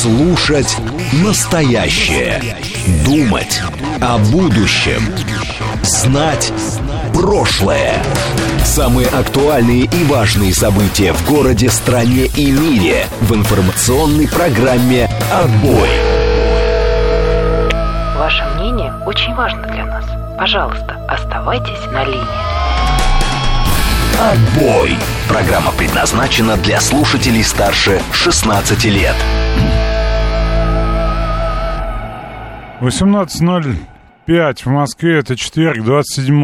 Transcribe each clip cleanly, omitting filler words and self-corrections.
Слушать настоящее. Думать о будущем. Знать прошлое. Самые актуальные и важные события в городе, стране и мире в информационной программе «Отбой». Ваше мнение очень важно для нас. Пожалуйста, оставайтесь на линии. «Отбой». Программа предназначена для слушателей старше 16 лет. 18:05 в Москве. Это четверг, 27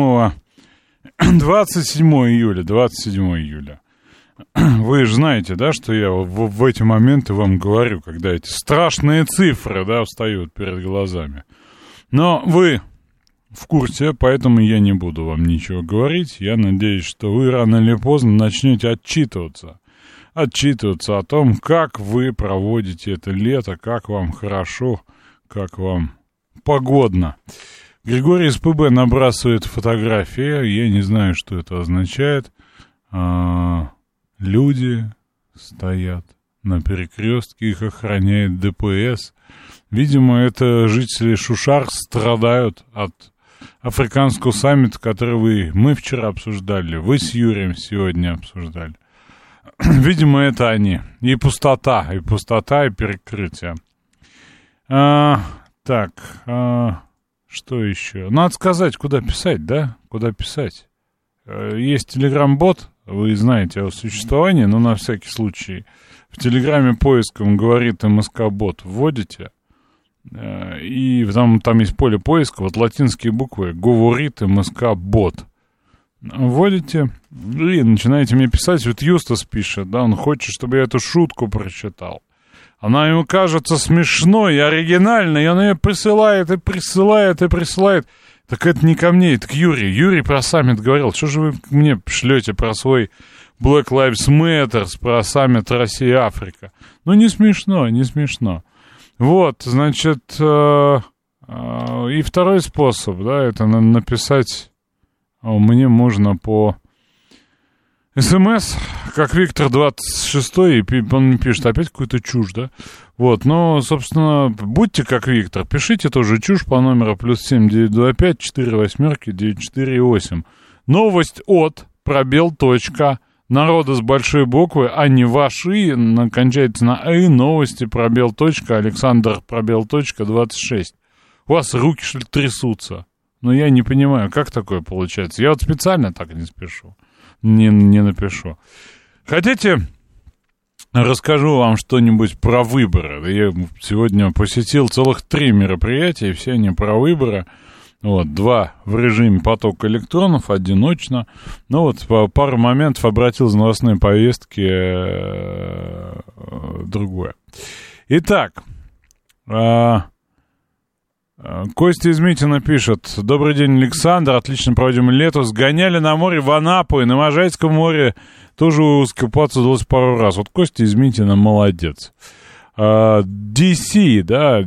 июля. Вы же знаете, да, что я в эти моменты вам говорю, когда эти страшные цифры, да, встают перед глазами. Но вы в курсе, поэтому я не буду вам ничего говорить. Я надеюсь, что вы рано или поздно начнете отчитываться о том, как вы проводите это лето, как вам хорошо, как вам погодно. Григорий СПБ набрасывает фотографии. Я не знаю, что это означает. Люди стоят на перекрестке, их охраняет ДПС. Видимо, это жители Шушар страдают от африканского саммита, который мы вчера обсуждали. Вы с Юрием сегодня обсуждали. Видимо, это они. И пустота, и перекрытие. Так, что еще? Надо сказать, куда писать, да? Куда писать? Есть телеграм-бот, вы знаете о существовании, но на всякий случай. В телеграме поиском говорит МСК-бот вводите, и там есть поле поиска, вот латинские буквы, говорит МСК-бот. Вводите и начинаете мне писать. Вот Юстас пишет, да, он хочет, чтобы я эту шутку прочитал. Она ему кажется смешной и оригинальной, и он ее присылает. Так это не ко мне, это к Юрию. Юрий про саммит говорил. Что же вы мне шлете про свой Black Lives Matter, про саммит Россия-Африка? Ну, не смешно. Вот, значит, и второй способ, да, это написать мне можно по СМС, как Виктор 26, и он мне пишет опять какую-то чушь, да? Вот, но, собственно, будьте как Виктор, пишите тоже чушь по номеру +7 925 48 948. Новость от пробел точка народа с большой буквы, а не ваши, кончается на «и», новости пробел точка Александр пробел точка 26. У вас руки, что ли, трясутся? Но я не понимаю, как такое получается. Я вот специально так не спешу. Не напишу. Хотите, расскажу вам что-нибудь про выборы? Я сегодня посетил целых 3 мероприятия, и все они про выборы. Вот, 2 в режиме потока электронов, одиночно. Ну вот, по пару моментов обратил в новостной повестке другое. Итак, Костя из Митина пишет. Добрый день, Александр. Отлично проводим лето. Сгоняли на море в Анапу, и на Можайском море тоже искупаться удалось пару раз. Вот Костя из Митина молодец. DC, да,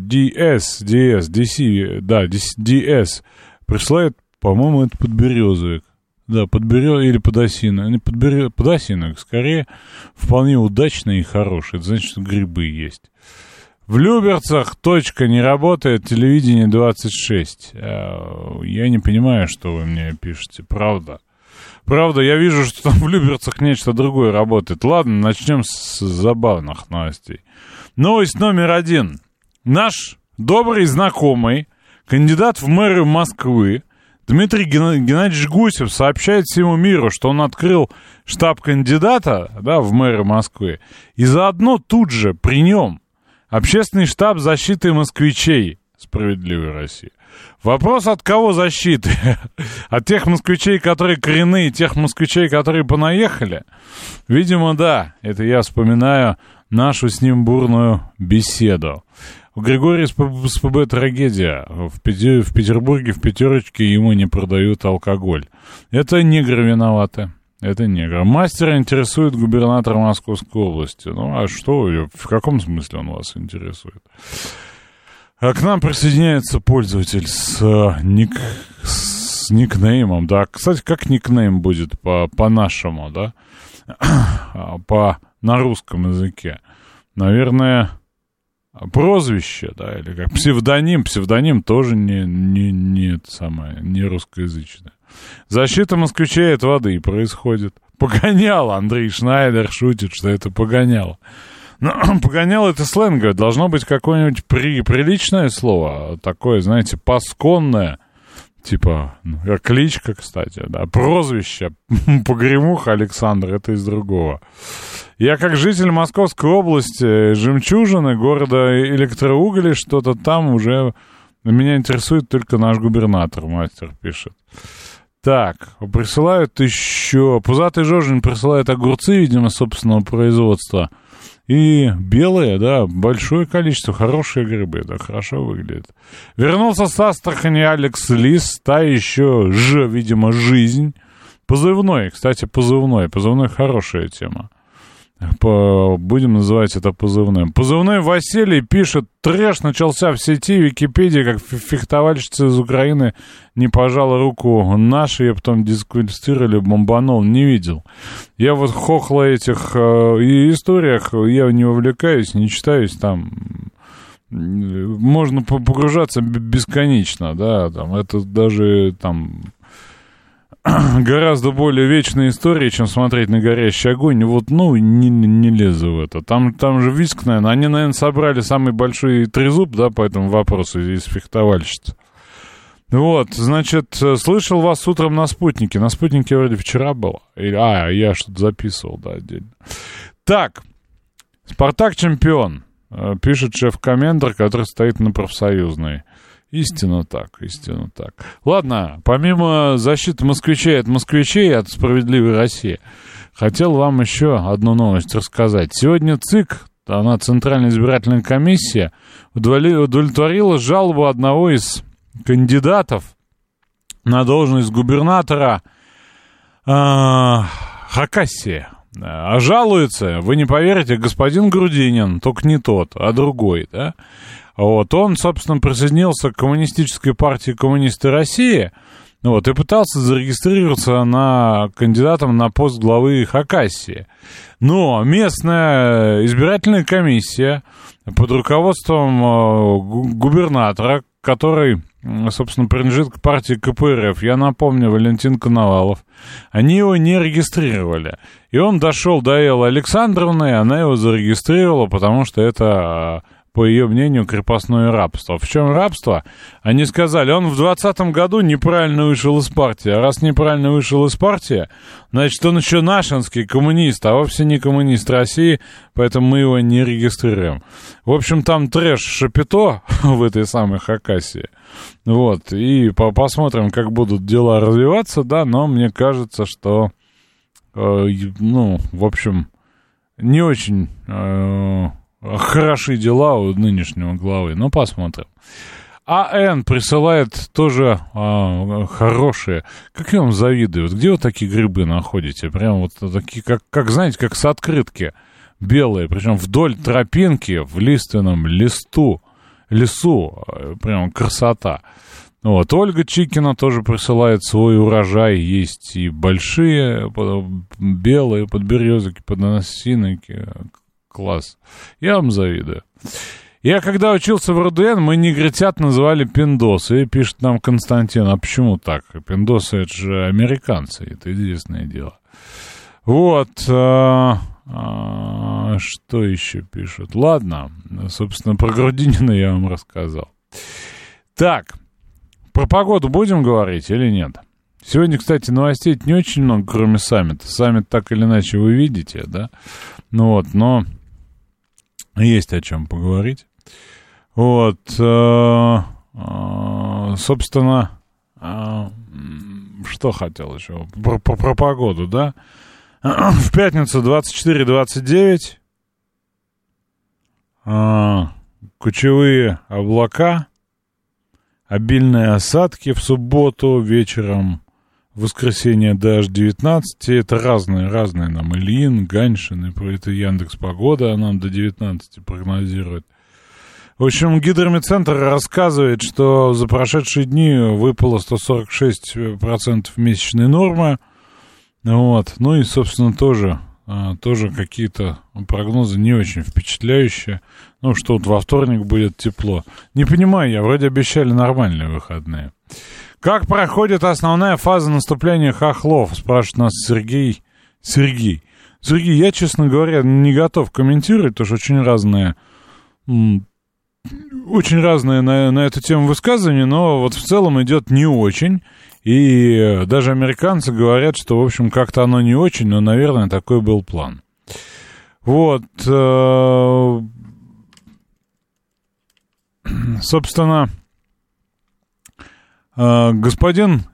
DS присылает, по-моему, это подберезовик. Да, или подосиновик. Подосиновик, скорее, вполне удачный и хороший. Это значит, что грибы есть. В Люберцах точка не работает, телевидение 26. Я не понимаю, что вы мне пишете, правда. Правда, я вижу, что там в Люберцах нечто другое работает. Ладно, начнем с забавных новостей. Новость номер 1. Наш добрый знакомый, кандидат в мэры Москвы, Дмитрий Геннадьевич Гусев сообщает всему миру, что он открыл штаб кандидата, да, в мэры Москвы, и заодно тут же при нем Общественный штаб защиты москвичей «Справедливой России». Вопрос, от кого защиты? От тех москвичей, которые коренные, тех москвичей, которые понаехали? Видимо, да. Это я вспоминаю нашу с ним бурную беседу. У Григория СПБ трагедия. В Петербурге в пятерочке ему не продают алкоголь. Это негры виноваты. Это негр. Мастера интересует губернатор Московской области. Ну, а что? В каком смысле он вас интересует? А к нам присоединяется пользователь с никнеймом. Да, кстати, как никнейм будет по-нашему, да? На русском языке. Наверное, прозвище, да, или как псевдоним. Псевдоним тоже не русскоязычное. Защита москвичей от воды происходит. Погоняло. Андрей Шнайдер шутит, что это погоняло. Но погоняло — это сленговое. Должно быть какое-нибудь приличное слово. Такое, знаете, пасконное. Типа, кличка, кстати, да. Прозвище. Погремуха Александр — это из другого. Я как житель Московской области, жемчужины, города электроугли, что-то там уже... Меня интересует только наш губернатор, мастер пишет. Так, присылают еще... Пузатый Жожин присылает огурцы, видимо, собственного производства. И белые, да, большое количество, хорошие грибы, да, хорошо выглядит. Вернулся с Астрахани Алекс Лис, та еще видимо, жизнь. Позывной, кстати, позывной хорошая тема. Будем называть это позывным. Позывной Василий пишет: трэш начался в сети, Википедия, как фехтовальщица из Украины не пожала руку нашей, я потом дисквалифицировали, бомбанул, не видел. Я вот хохла этих историях, я не увлекаюсь, не читаюсь, там можно погружаться бесконечно, да, там это даже там... гораздо более вечная история, чем смотреть на горящий огонь. Вот, не лезу в это. Там же виск, наверное. Они, наверное, собрали самый большой трезуб, да, по этому вопросу из фехтовальщиц. Вот, значит, слышал вас утром на «Спутнике». На «Спутнике» вроде вчера было. Я что-то записывал, да, отдельно. Так, «Спартак» чемпион, пишет шеф-комментер, который стоит на профсоюзной. Истинно так. Ладно, помимо защиты москвичей от «Справедливой России», хотел вам еще одну новость рассказать. Сегодня ЦИК, она Центральная избирательная комиссия, удовлетворила жалобу одного из кандидатов на должность губернатора Хакасии. А жалуется, вы не поверите, господин Грудинин, только не тот, а другой, да? Вот, он, собственно, присоединился к Коммунистической партии «Коммунисты России», вот, и пытался зарегистрироваться кандидатом на пост главы Хакасии. Но местная избирательная комиссия под руководством губернатора, который, собственно, принадлежит к партии КПРФ, я напомню, Валентин Коновалов, они его не регистрировали. И он дошел до Эллы Александровны, и она его зарегистрировала, потому что это... по ее мнению, крепостное рабство. В чем рабство? Они сказали, он в 2020 году неправильно вышел из партии. А раз неправильно вышел из партии, значит, он еще нашинский коммунист, а вовсе не коммунист России, поэтому мы его не регистрируем. В общем, там трэш шапито в этой самой Хакасии. Вот, и посмотрим, как будут дела развиваться, да, но мне кажется, что, в общем, не очень... хороши дела у нынешнего главы, но посмотрим. АН присылает тоже хорошие. Как я вам завидую. Вот где вы такие грибы находите? Прям вот такие, как знаете, как с открытки. Белые, причем вдоль тропинки, в лиственном лесу. Прям красота. Вот. Ольга Чикина тоже присылает свой урожай. Есть и большие, белые подберезки, подносинки. Класс. Я вам завидую. Я когда учился в РУДН, мы негритят называли пиндосы. И пишет нам Константин, а почему так? Пиндосы — это же американцы, это известное дело. Вот. Что еще пишут? Ладно, собственно, про Грудинина я вам рассказал. Так, про погоду будем говорить или нет? Сегодня, кстати, новостей не очень много, кроме саммита. Саммит так или иначе вы видите, да? Но есть о чем поговорить. Вот, собственно, что хотел еще? Про погоду, да? В пятницу 24-29. Кучевые облака. Обильные осадки в субботу вечером. В воскресенье даже 19. Это разные нам. Ильин, Ганьшин, и это Яндекс.Погода нам до 19 прогнозирует. В общем, гидрометцентр рассказывает, что за прошедшие дни выпало 146% месячной нормы. Вот. Ну и, собственно, тоже тоже какие-то прогнозы не очень впечатляющие. Ну, что вот во вторник будет тепло. Не понимаю я, вроде обещали нормальные выходные. Как проходит основная фаза наступления хохлов, спрашивает нас Сергей. Сергей, я, честно говоря, не готов комментировать, потому что очень разные на эту тему высказывания, но вот в целом идет не очень. И даже американцы говорят, что, в общем, как-то оно не очень, но, наверное, такой был план. Вот. Собственно, господин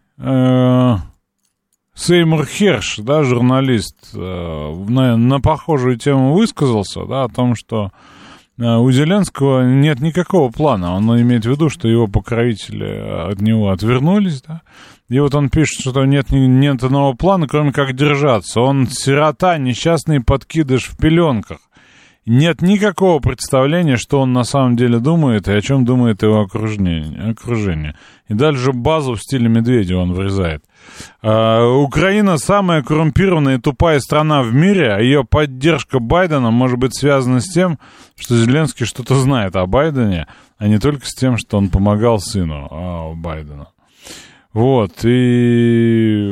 Сеймур Херш, да, журналист, на похожую тему высказался, да, о том, что у Зеленского нет никакого плана. Он имеет в виду, что его покровители от него отвернулись, да. И вот он пишет, что нет иного плана, кроме как держаться. Он сирота, несчастный подкидыш в пеленках. Нет никакого представления, что он на самом деле думает и о чем думает его окружение. И дальше базу в стиле Медведева он врезает. Украина самая коррумпированная и тупая страна в мире, а ее поддержка Байдена может быть связана с тем, что Зеленский что-то знает о Байдене, а не только с тем, что он помогал сыну Байдена. Вот, и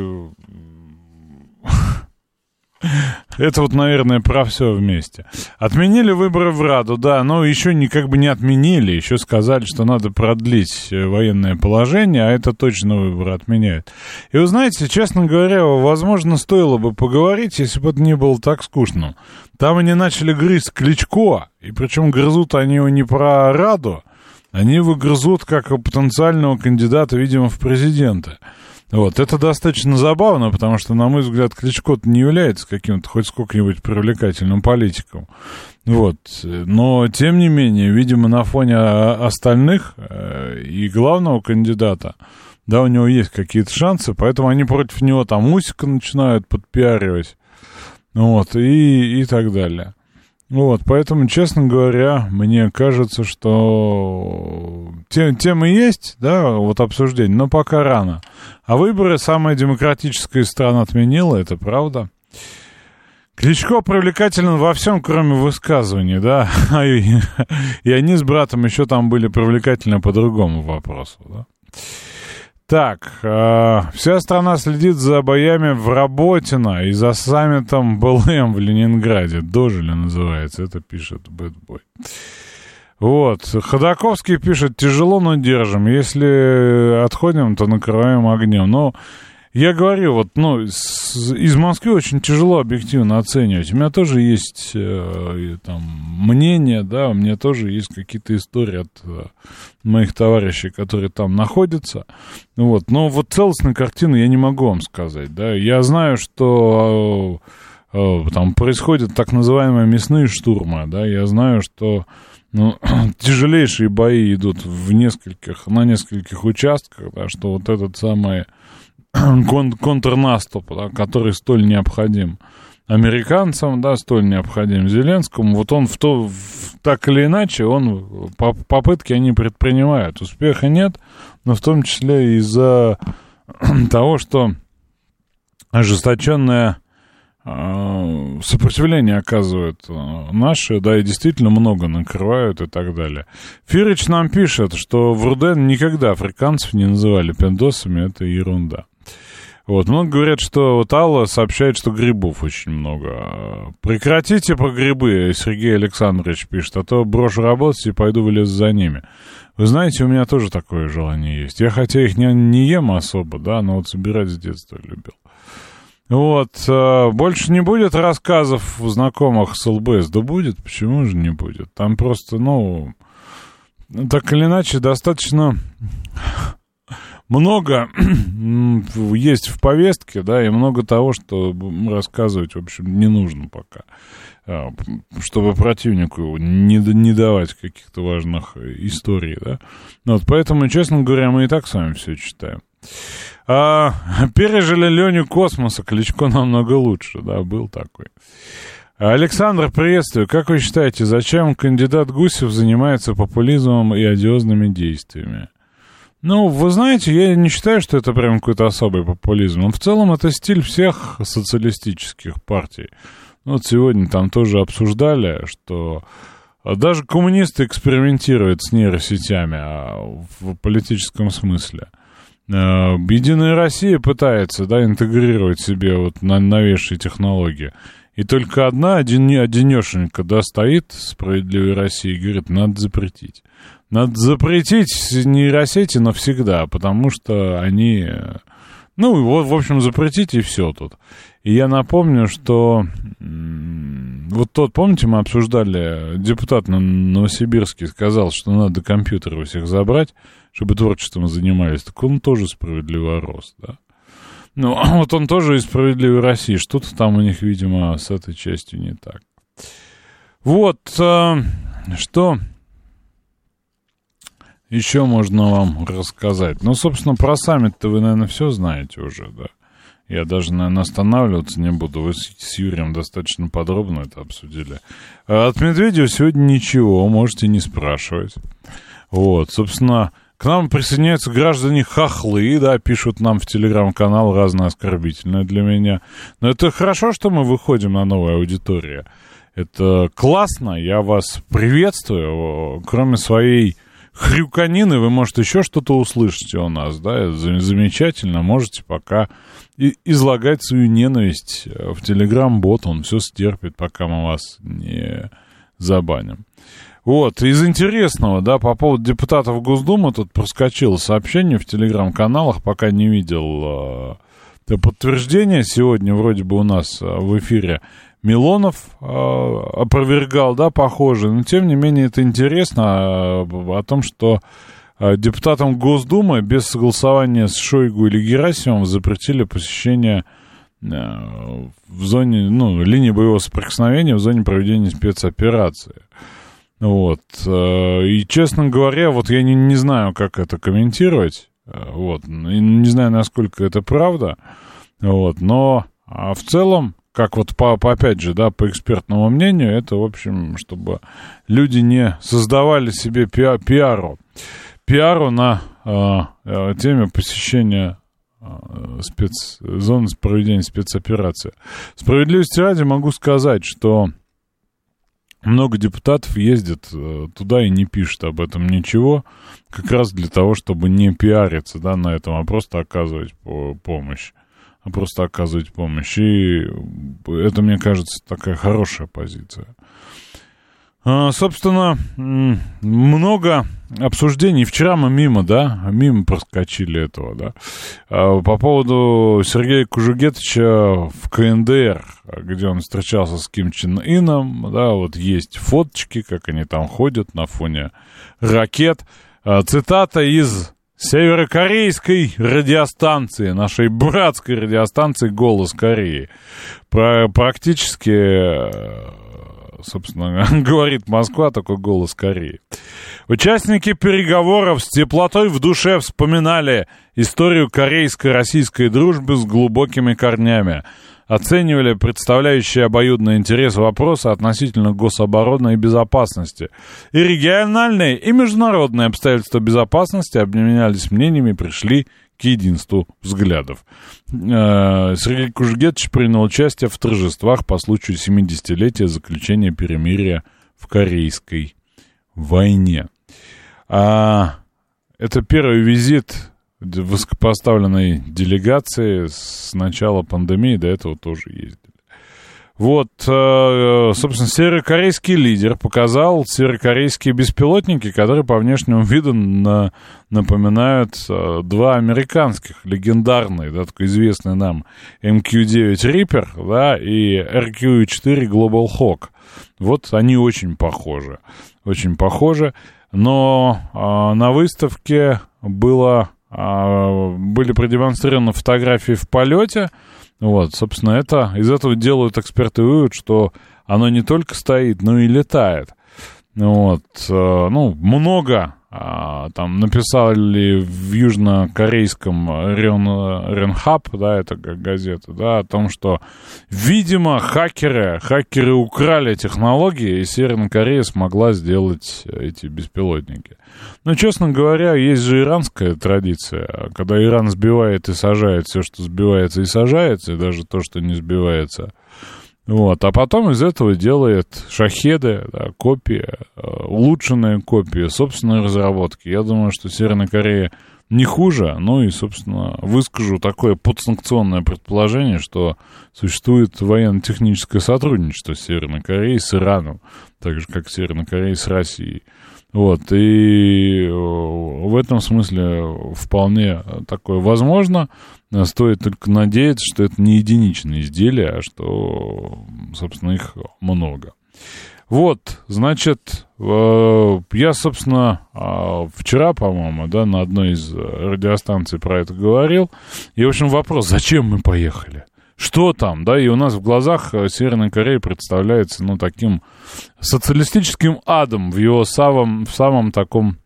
это вот, наверное, про все вместе. Отменили выборы в Раду, да, но еще как бы не отменили, еще сказали, что надо продлить военное положение, а это точно выборы отменяют. И вы знаете, честно говоря, возможно, стоило бы поговорить, если бы это не было так скучно. Там они начали грызть Кличко, и причем грызут они его не про Раду, они его грызут как потенциального кандидата, видимо, в президенты. Вот, это достаточно забавно, потому что, на мой взгляд, Кличко не является каким-то хоть сколько-нибудь привлекательным политиком. Вот, но, тем не менее, видимо, на фоне остальных и главного кандидата, да, у него есть какие-то шансы, поэтому они против него там Усика начинают подпиаривать, вот, и так далее. Вот, поэтому, честно говоря, мне кажется, что темы есть, да, вот обсуждение, но пока рано. А выборы самая демократическая из стран отменила, это правда. Кличко привлекателен во всем, кроме высказываний, да, и они с братом еще там были привлекательны по другому вопросу, да. Так, вся страна следит за боями в Работино и за саммитом БЛМ в Ленинграде. Дожили называется, это пишет Бэтбой. Вот, Ходаковский пишет, тяжело, но держим. Если отходим, то накрываем огнем. Но я говорю, вот, ну, из Москвы очень тяжело объективно оценивать. У меня тоже есть там мнение, да, у меня тоже есть какие-то истории от моих товарищей, которые там находятся. Вот, но вот целостной картины я не могу вам сказать, да. Я знаю, что там происходят так называемые мясные штурмы, да. Я знаю, что тяжелейшие бои идут на нескольких участках, да, что вот этот самый контрнаступ, да, который столь необходим американцам, да, столь необходим Зеленскому, вот он так или иначе, попытки они предпринимают. Успеха нет, но в том числе из-за того, что ожесточенное сопротивление оказывают наши, да, и действительно много накрывают и так далее. Фирич нам пишет, что в Руден никогда африканцев не называли пиндосами, это ерунда. Вот, много говорят, что вот Алла сообщает, что грибов очень много. Прекратите про грибы, Сергей Александрович пишет, а то брошу работать и пойду в лес за ними. Вы знаете, у меня тоже такое желание есть. Я хотя их не ем особо, да, но вот собирать с детства любил. Вот, больше не будет рассказов знакомых с ЛБС? Да будет, почему же не будет? Там просто, так или иначе, достаточно много есть в повестке, да, и много того, что рассказывать, в общем, не нужно пока, чтобы противнику не давать каких-то важных историй, да. Вот, поэтому, честно говоря, мы и так с вами все читаем. Пережили Леню Космоса, Кличко намного лучше, да, был такой. Александр, приветствую. Как вы считаете, зачем кандидат Гусев занимается популизмом и одиозными действиями? Вы знаете, я не считаю, что это прям какой-то особый популизм. Но в целом это стиль всех социалистических партий. Вот сегодня там тоже обсуждали, что даже коммунисты экспериментируют с нейросетями в политическом смысле. Единая Россия пытается, да, интегрировать себе вот новейшие технологии. И только одинешенька, да, стоит «Справедливой России» и говорит, надо запретить. Надо запретить нейросети навсегда, потому что они... Ну, вот, в общем, запретить и все тут. И я напомню, что вот тот, помните, мы обсуждали, депутат Новосибирский сказал, что надо компьютеры у всех забрать, чтобы творчеством занимались. Так он тоже справедливый рост, да. Ну, вот он тоже из «Справедливой России». Что-то там у них, видимо, с этой частью не так. Вот, что еще можно вам рассказать? Ну, собственно, про саммит-то вы, наверное, все знаете уже, да. Я даже, наверное, останавливаться не буду. Вы с Юрием достаточно подробно это обсудили. От Медведева сегодня ничего, можете не спрашивать. Вот, собственно, к нам присоединяются граждане-хохлы, да, пишут нам в телеграм-канал разное оскорбительное для меня. Но это хорошо, что мы выходим на новую аудиторию. Это классно, я вас приветствую. Кроме своей хрюканины, вы, может, еще что-то услышите у нас, да, это замечательно. Можете пока излагать свою ненависть в телеграм-бот, он все стерпит, пока мы вас не забаним. Вот, из интересного, да, по поводу депутатов Госдумы, тут проскочило сообщение в телеграм-каналах, пока не видел подтверждения. Сегодня вроде бы у нас в эфире Милонов опровергал, да, похоже, но тем не менее это интересно о том, что депутатам Госдумы без согласования с Шойгу или Герасимовым запретили посещение в зоне, ну, линии боевого соприкосновения в зоне проведения спецоперации. Вот, и, честно говоря, вот я не знаю, как это комментировать, вот, не знаю, насколько это правда, вот, но в целом, как вот опять же, да, по экспертному мнению, это, в общем, чтобы люди не создавали себе пиару на теме посещения зоны проведения спецоперации. Справедливости ради могу сказать, что много депутатов ездят туда и не пишут об этом ничего, как раз для того, чтобы не пиариться, да, на этом, а просто оказывать помощь. И это, мне кажется, такая хорошая позиция. Собственно, много обсуждений. Вчера мы мимо проскочили этого, да. По поводу Сергея Кужугетовича в КНДР, где он встречался с Ким Чен Ыном, да, вот есть фоточки, как они там ходят на фоне ракет. Цитата из северокорейской радиостанции, нашей братской радиостанции «Голос Кореи». Практически, собственно, говорит Москва, такой «Голос Кореи». Участники переговоров с теплотой в душе вспоминали историю корейско-российской дружбы с глубокими корнями, оценивали представляющие обоюдный интерес вопросы относительно гособороны и безопасности, и региональные и международные обстоятельства безопасности, обменялись мнениями и пришли к единству взглядов. Сергей Кужугетович принял участие в торжествах по случаю 70-летия заключения перемирия в Корейской войне. Это первый визит высокопоставленной делегации с начала пандемии, до этого тоже ездили. Вот, собственно, северокорейский лидер показал северокорейские беспилотники, которые по внешнему виду напоминают два американских, легендарные, да, такой известный нам MQ-9 Reaper, да, и RQ-4 Global Hawk. Вот они очень похожи, но на выставке были продемонстрированы фотографии в полете. Вот, собственно, из этого делают эксперты вывод, что оно не только стоит, но и летает. Вот, много там написали в южнокорейском Ренхаб, да, это как газета, да, о том, что, видимо, хакеры украли технологии, и Северная Корея смогла сделать эти беспилотники. Но, честно говоря, есть же иранская традиция, когда Иран сбивает и сажает все, что сбивается и сажается, и даже то, что не сбивается, Вот, а потом из этого делает шахеды, да, копии, улучшенные копии собственной разработки. Я думаю, что Северная Корея не хуже, ну и, собственно, выскажу такое подсанкционное предположение, что существует военно-техническое сотрудничество с Северной Кореей, с Ираном, так же, как Северная Корея с Россией. Вот, и в этом смысле вполне такое возможно. Стоит только надеяться, что это не единичные изделия, а что, собственно, их много. Вот, значит, я, собственно, вчера, по-моему, да, на одной из радиостанций про это говорил. И, в общем, вопрос, зачем мы поехали? Что там, да, и у нас в глазах Северная Корея представляется, ну, таким социалистическим адом в его самом таком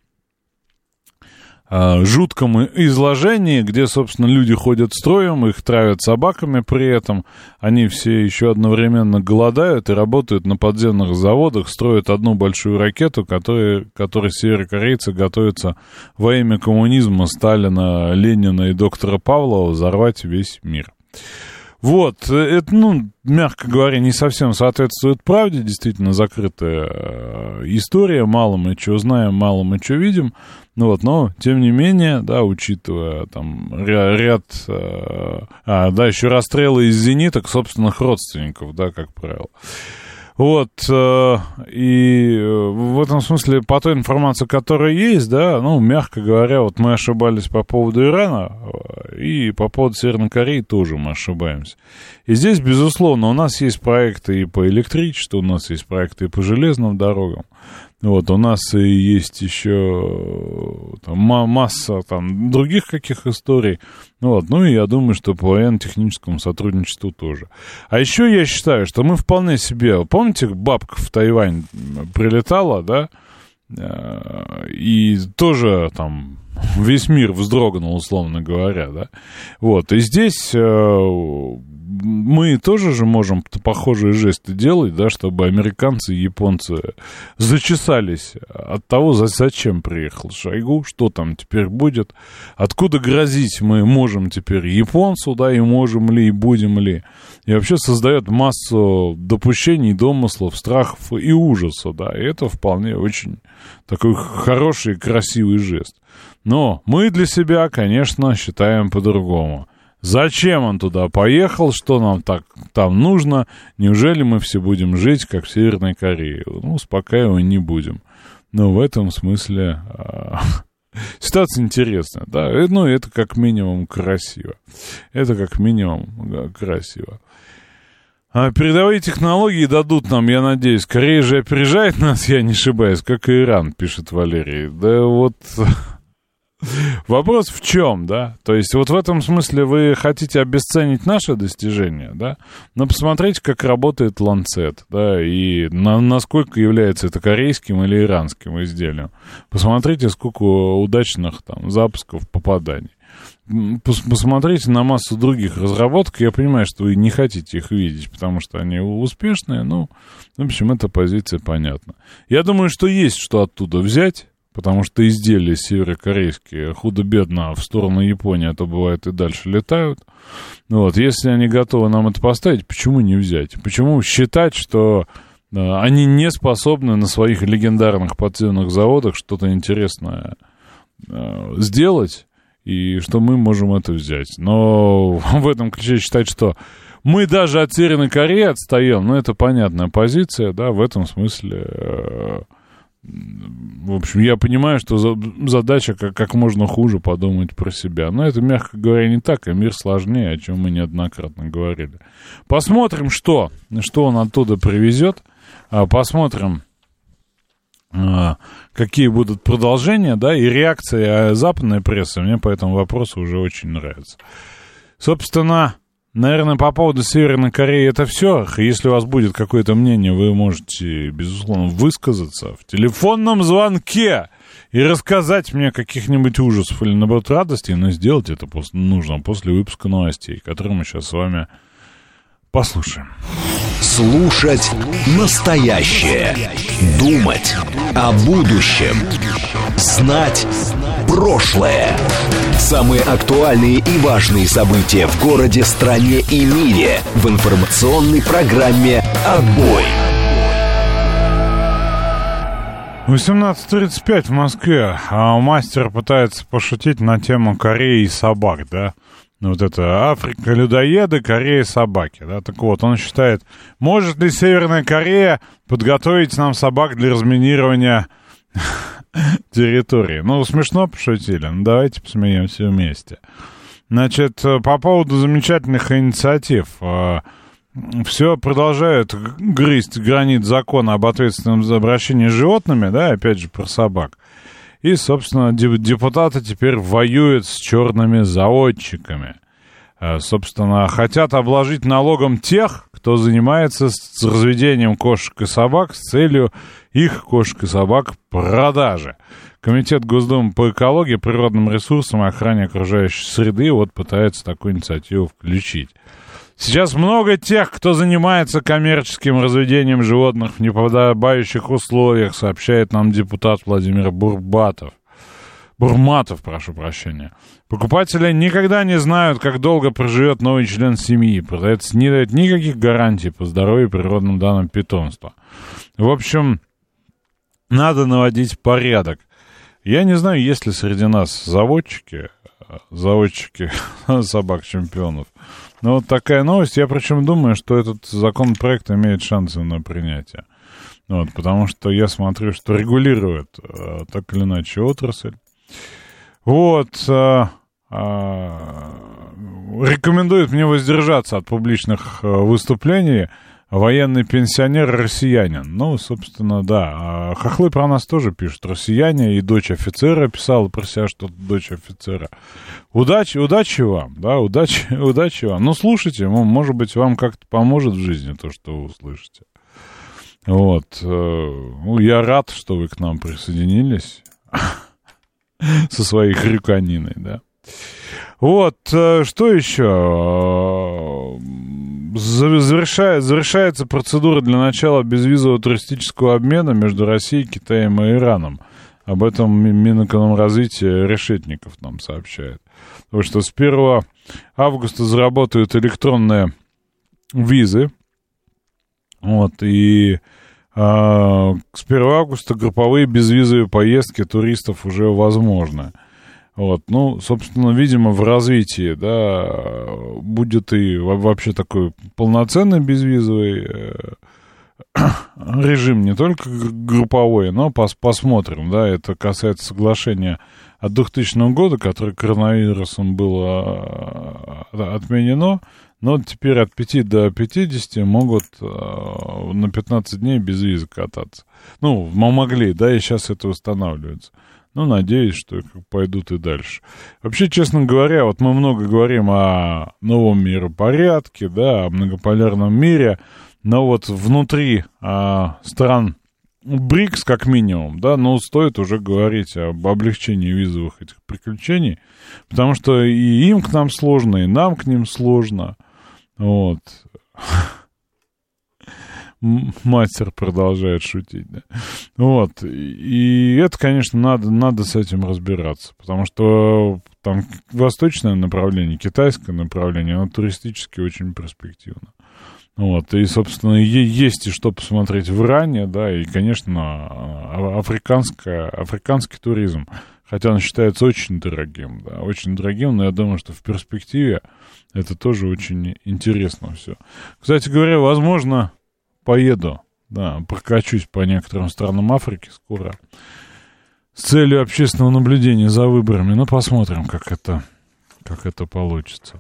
жутком изложении, где, собственно, люди ходят строем, их травят собаками при этом, они все еще одновременно голодают и работают на подземных заводах, строят одну большую ракету, которой северокорейцы готовятся во имя коммунизма, Сталина, Ленина и доктора Павлова взорвать весь мир. Вот, это, ну, мягко говоря, не совсем соответствует правде, действительно закрытая история, мало мы чего знаем, мало мы чего видим, ну вот, но, тем не менее, да, учитывая там ряд, да, еще расстрелы из зениток собственных родственников, да, как правило. Вот, и в этом смысле, по той информации, которая есть, да, ну, мягко говоря, вот мы ошибались по поводу Ирана, и по поводу Северной Кореи тоже мы ошибаемся. И здесь, безусловно, у нас есть проекты и по электричеству, у нас есть проекты и по железным дорогам. Вот, у нас и есть еще там, масса там, других каких историй. Вот, ну и я думаю, что по военно-техническому сотрудничеству тоже. А еще я считаю, что мы вполне себе... Помните, бабка в Тайвань прилетала, да? И тоже там весь мир вздрогнул, условно говоря, да? Вот, и здесь... мы тоже же можем похожие жесты делать, да, чтобы американцы и японцы зачесались от того, зачем приехал Шойгу, что там теперь будет, откуда грозить мы можем теперь японцу, да, и можем ли, и будем ли. И вообще создает массу допущений, домыслов, страхов и ужаса, да, и это вполне очень такой хороший и красивый жест. Но мы для себя, конечно, считаем по-другому. Зачем он туда поехал, что нам так там нужно, неужели мы все будем жить, как в Северной Корее? Ну, успокаивать не будем. Но в этом смысле ситуация интересная, да, ну, это как минимум красиво. Это как минимум красиво. Передовые технологии дадут нам, я надеюсь, Корея же опережает нас, я не ошибаюсь, как и Иран, пишет Валерий. Да вот... Вопрос в чем, да? То есть вот в этом смысле вы хотите обесценить наши достижения, да? Но посмотрите, как работает Lancet, да, и насколько является это корейским или иранским изделием. Посмотрите, сколько удачных там запусков, попаданий. Посмотрите на массу других разработок. Я понимаю, что вы не хотите их видеть, потому что они успешные, ну, в общем, эта позиция понятна. Я думаю, что есть что оттуда взять. Потому что изделия северокорейские худо-бедно в сторону Японии, а то бывает и дальше летают. Вот, если они готовы нам это поставить, почему не взять? Почему считать, что они не способны на своих легендарных подземных заводах что-то интересное сделать, и что мы можем это взять? Но в этом ключе считать, что мы даже от Северной Кореи отстаем, ну, это понятная позиция, да, в этом смысле... В общем, я понимаю, что задача как можно хуже подумать про себя. Но это, мягко говоря, не так, и мир сложнее, о чем мы неоднократно говорили. Посмотрим, что он оттуда привезет. Посмотрим, какие будут продолжения, да, и реакция западной прессы. Мне по этому вопросу уже очень нравится. Собственно, наверное, по поводу Северной Кореи это все. Если у вас будет какое-то мнение, вы можете, безусловно, высказаться в телефонном звонке и рассказать мне каких-нибудь ужасов или, наоборот, радостей, но сделать это нужно после выпуска новостей, которые мы сейчас с вами послушаем. Слушать настоящее. Думать о будущем. Знать Прошлое. Самые актуальные и важные события в городе, стране и мире в информационной программе «Отбой». 18:35 в Москве. Мастер пытается пошутить на тему Кореи и собак, да? Вот это Африка, людоеды, Корея, собаки, да? Так вот, он считает, может ли Северная Корея подготовить нам собак для разминирования территории? Ну, смешно пошутили, ну давайте посмеемся вместе. Значит, по поводу замечательных инициатив. Все продолжают грызть гранит закона об ответственном за обращении с животными, да, опять же, про собак. И, собственно, депутаты теперь воюют с черными заводчиками. Собственно, хотят обложить налогом тех, кто занимается с разведением кошек и собак с целью их кошек и собак продажи. Комитет Госдумы по экологии, природным ресурсам и охране окружающей среды вот пытается такую инициативу включить. Сейчас много тех, кто занимается коммерческим разведением животных в неподобающих условиях, сообщает нам депутат Владимир Бурматов, прошу прощения. Покупатели никогда не знают, как долго проживет новый член семьи. Продавец не дает никаких гарантий по здоровью и природным данным питомства. В общем, надо наводить порядок. Я не знаю, есть ли среди нас заводчики собак-чемпионов. Но вот такая новость. Я причем думаю, что этот законопроект имеет шансы на принятие. Вот, потому что я смотрю, что регулирует так или иначе отрасль. Вот. Рекомендует мне воздержаться от публичных выступлений военный пенсионер-россиянин. Ну, собственно, да. Хохлы про нас тоже пишут. Россияне, и дочь офицера писала про себя, что дочь офицера. Удачи вам, да, удачи вам. Ну, слушайте, может быть, вам как-то поможет в жизни то, что вы услышите. Вот. Ну, я рад, что вы к нам присоединились со своей хрюканиной, да. Вот, что еще? Завершается процедура для начала безвизового туристического обмена между Россией, Китаем и Ираном. Об этом Минэкономразвития Решетников нам сообщает. Потому что с 1 августа заработают электронные визы. Вот, и с 1 августа групповые безвизовые поездки туристов уже возможны. Вот, ну, собственно, видимо, в развитии, да, будет и вообще такой полноценный безвизовый режим, не только групповой, но посмотрим, да, это касается соглашения от 2000 года, которое коронавирусом было отменено, но теперь от 5 до 50 могут на 15 дней без визы кататься. Ну, могли, да, и сейчас это устанавливается. Ну, надеюсь, что пойдут и дальше. Вообще, честно говоря, вот мы много говорим о новом миропорядке, да, о многополярном мире, но вот внутри стран БРИКС, как минимум, да, но стоит уже говорить об облегчении визовых этих приключений, потому что и им к нам сложно, и нам к ним сложно. Вот. Мастер продолжает шутить, да. Вот. И это, конечно, надо с этим разбираться, потому что там восточное направление, китайское направление, оно туристически очень перспективно. Вот. И, собственно, есть и что посмотреть в Иране, да, и, конечно, африканский туризм, хотя он считается очень дорогим, да, очень дорогим, но я думаю, что в перспективе это тоже очень интересно все. Кстати говоря, возможно, поеду, да, прокачусь по некоторым странам Африки скоро с целью общественного наблюдения за выборами. Ну, посмотрим, как это получится.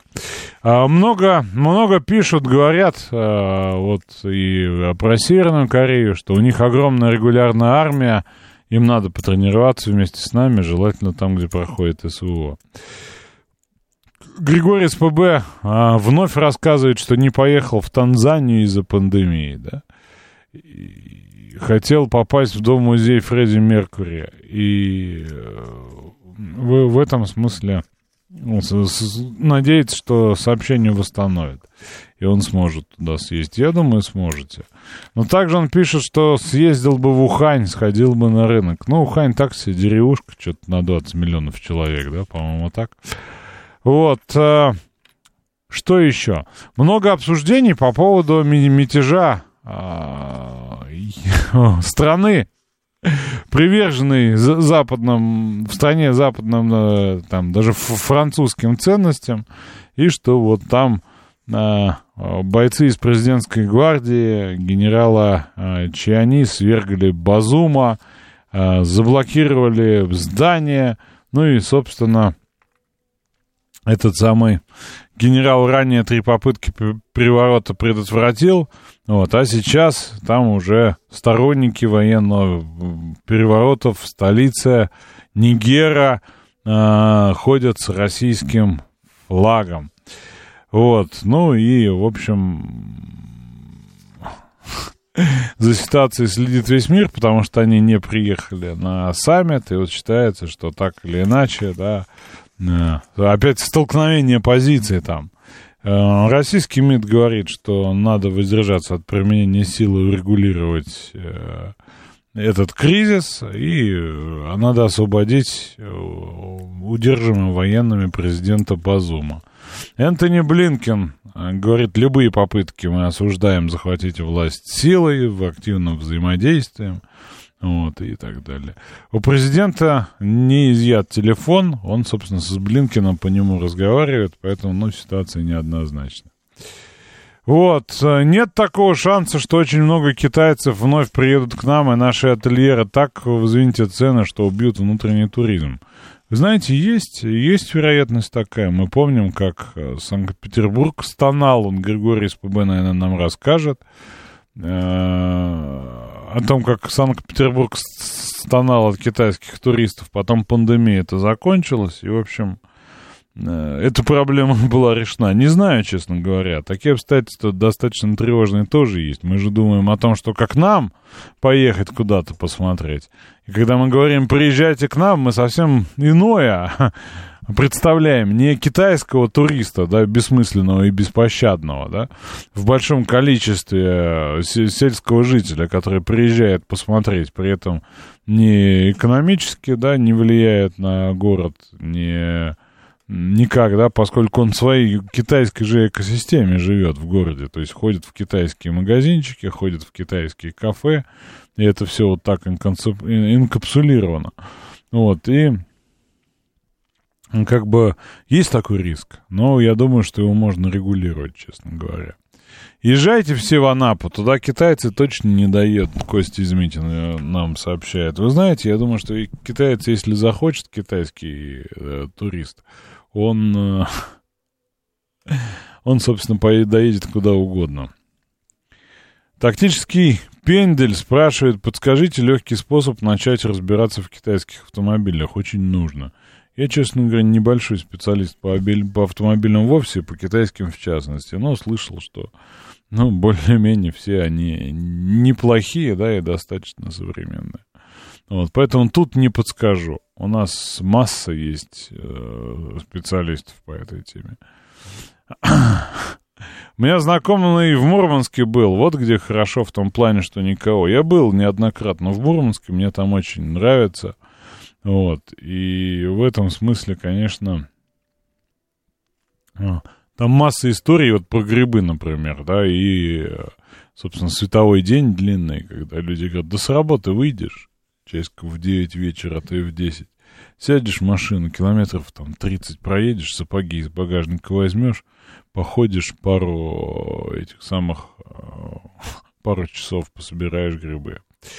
Много пишут, говорят, вот и про Северную Корею, что у них огромная регулярная армия, им надо потренироваться вместе с нами, желательно там, где проходит СВО. Григорий СПБ вновь рассказывает, что не поехал в Танзанию из-за пандемии, да, и хотел попасть в дом-музей Фредди Меркьюри, и в этом смысле надеется, что сообщение восстановит, и он сможет туда съездить. Я думаю, сможете. Но также он пишет, что съездил бы в Ухань, сходил бы на рынок. Ну, Ухань так себе деревушка, что-то на 20 миллионов человек, да, по-моему, так. Вот. Что еще? Много обсуждений по поводу мятежа страны, приверженной в стране западным, там, даже французским ценностям, и что вот там бойцы из президентской гвардии генерала Чиани свергли Базума, заблокировали здание, ну и, собственно, этот самый генерал ранее 3 попытки переворота предотвратил, вот, а сейчас там уже сторонники военного переворота в столице Нигера ходят с российским флагом. Вот, ну и, в общем, за ситуацией следит весь мир, потому что они не приехали на саммит, и вот считается, что так или иначе, да, опять столкновение позиций там. Российский МИД говорит, что надо воздержаться от применения силы и урегулировать этот кризис, и надо освободить удерживаемого военными президента Базума. Энтони Блинкен говорит, любые попытки мы осуждаем захватить власть силой, в активном взаимодействии. Вот, и так далее. У президента не изъят телефон, он, собственно, с Блинкеном по нему разговаривает, поэтому, ну, ситуация неоднозначна. Вот, нет такого шанса, что очень много китайцев вновь приедут к нам, и наши ательеры так взвинтят цены, что убьют внутренний туризм. Вы знаете, есть вероятность такая. Мы помним, как Санкт-Петербург стонал, он Григорий СПБ, наверное, нам расскажет, о том, как Санкт-Петербург стонал от китайских туристов, потом пандемия это закончилась, и, в общем, эта проблема была решена. Не знаю, честно говоря. Такие обстоятельства достаточно тревожные тоже есть. Мы же думаем о том, что как нам поехать куда-то посмотреть. И когда мы говорим «приезжайте к нам», мы совсем иное представляем. Не китайского туриста, да, бессмысленного и беспощадного, да, в большом количестве сельского жителя, который приезжает посмотреть, при этом не экономически, да, не влияет на город, никак, да, поскольку он в своей китайской же экосистеме живет в городе, то есть ходит в китайские магазинчики, ходит в китайские кафе, и это все вот так инкапсулировано. Вот, и как бы есть такой риск, но я думаю, что его можно регулировать, честно говоря. Езжайте все в Анапу, туда китайцы точно не доедут, Костя Измитин нам сообщает. Вы знаете, я думаю, что и китаец, если захочет, китайский турист, он, собственно, доедет куда угодно. Тактический Пендель спрашивает, подскажите легкий способ начать разбираться в китайских автомобилях, очень нужно. Я, честно говоря, небольшой специалист по автомобилям вовсе, по китайским в частности, но слышал, что, ну, более-менее все они неплохие, да, и достаточно современные. Вот, поэтому тут не подскажу. У нас масса есть специалистов по этой теме. У меня знакомый в Мурманске был, вот где хорошо в том плане, что никого. Я был неоднократно в Мурманске, мне там очень нравится. Вот, и в этом смысле, конечно, там масса историй, вот про грибы, например, да, и, собственно, световой день длинный, когда люди говорят, да с работы выйдешь, часиков в 9 вечера, а то и в 10, сядешь в машину, километров там 30 проедешь, сапоги из багажника возьмешь, походишь пару часов, пособираешь грибы.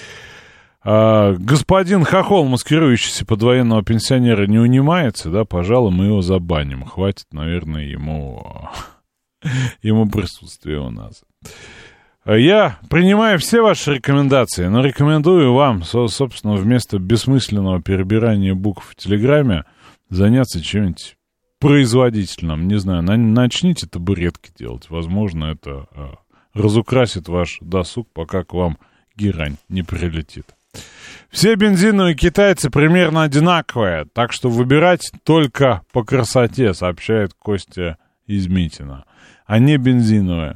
Господин Хохол, маскирующийся под военного пенсионера, не унимается, да, пожалуй, мы его забаним. Хватит, наверное, ему присутствия у нас. Я принимаю все ваши рекомендации, но рекомендую вам, собственно, вместо бессмысленного перебирания букв в Телеграме заняться чем-нибудь производительным. Не знаю, начните табуретки делать. Возможно, это разукрасит ваш досуг, пока к вам герань не прилетит. Все бензиновые китайцы примерно одинаковые, так что выбирать только по красоте, сообщает Костя из Митина. А не бензиновые.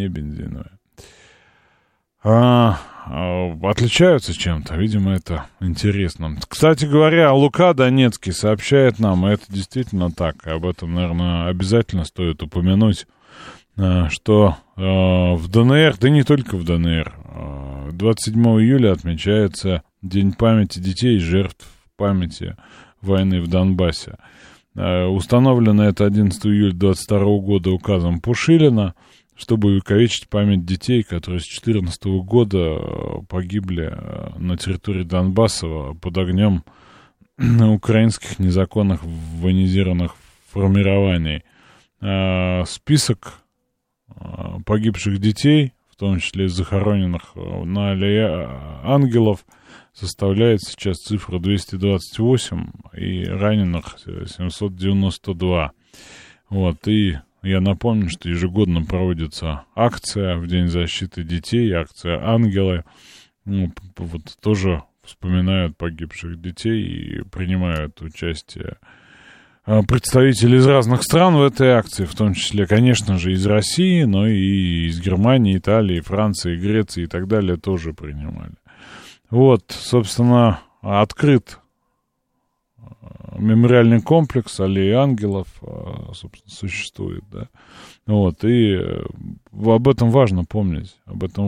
Отличаются чем-то, видимо, это интересно. Кстати говоря, Лука Донецкий сообщает нам, и это действительно так, и об этом, наверное, обязательно стоит упомянуть, что в ДНР, да не только в ДНР, 27 июля отмечается День памяти детей, жертв памяти войны в Донбассе. Установлено это 11 июля 22 года указом Пушилина, чтобы увековечить память детей, которые с 2014 года погибли на территории Донбасса под огнем украинских незаконных военизированных формирований. Список погибших детей, в том числе захороненных на Аллее Ангелов, составляет сейчас цифра 228, и раненых 792. Вот, и я напомню, что ежегодно проводится акция в День защиты детей, акция «Ангелы». Вот тоже вспоминают погибших детей и принимают участие представители из разных стран в этой акции, в том числе, конечно же, из России, но и из Германии, Италии, Франции, Греции и так далее тоже принимали. Вот, собственно, открыт мемориальный комплекс Аллеи Ангелов, собственно, существует, да. Вот, и об этом важно помнить,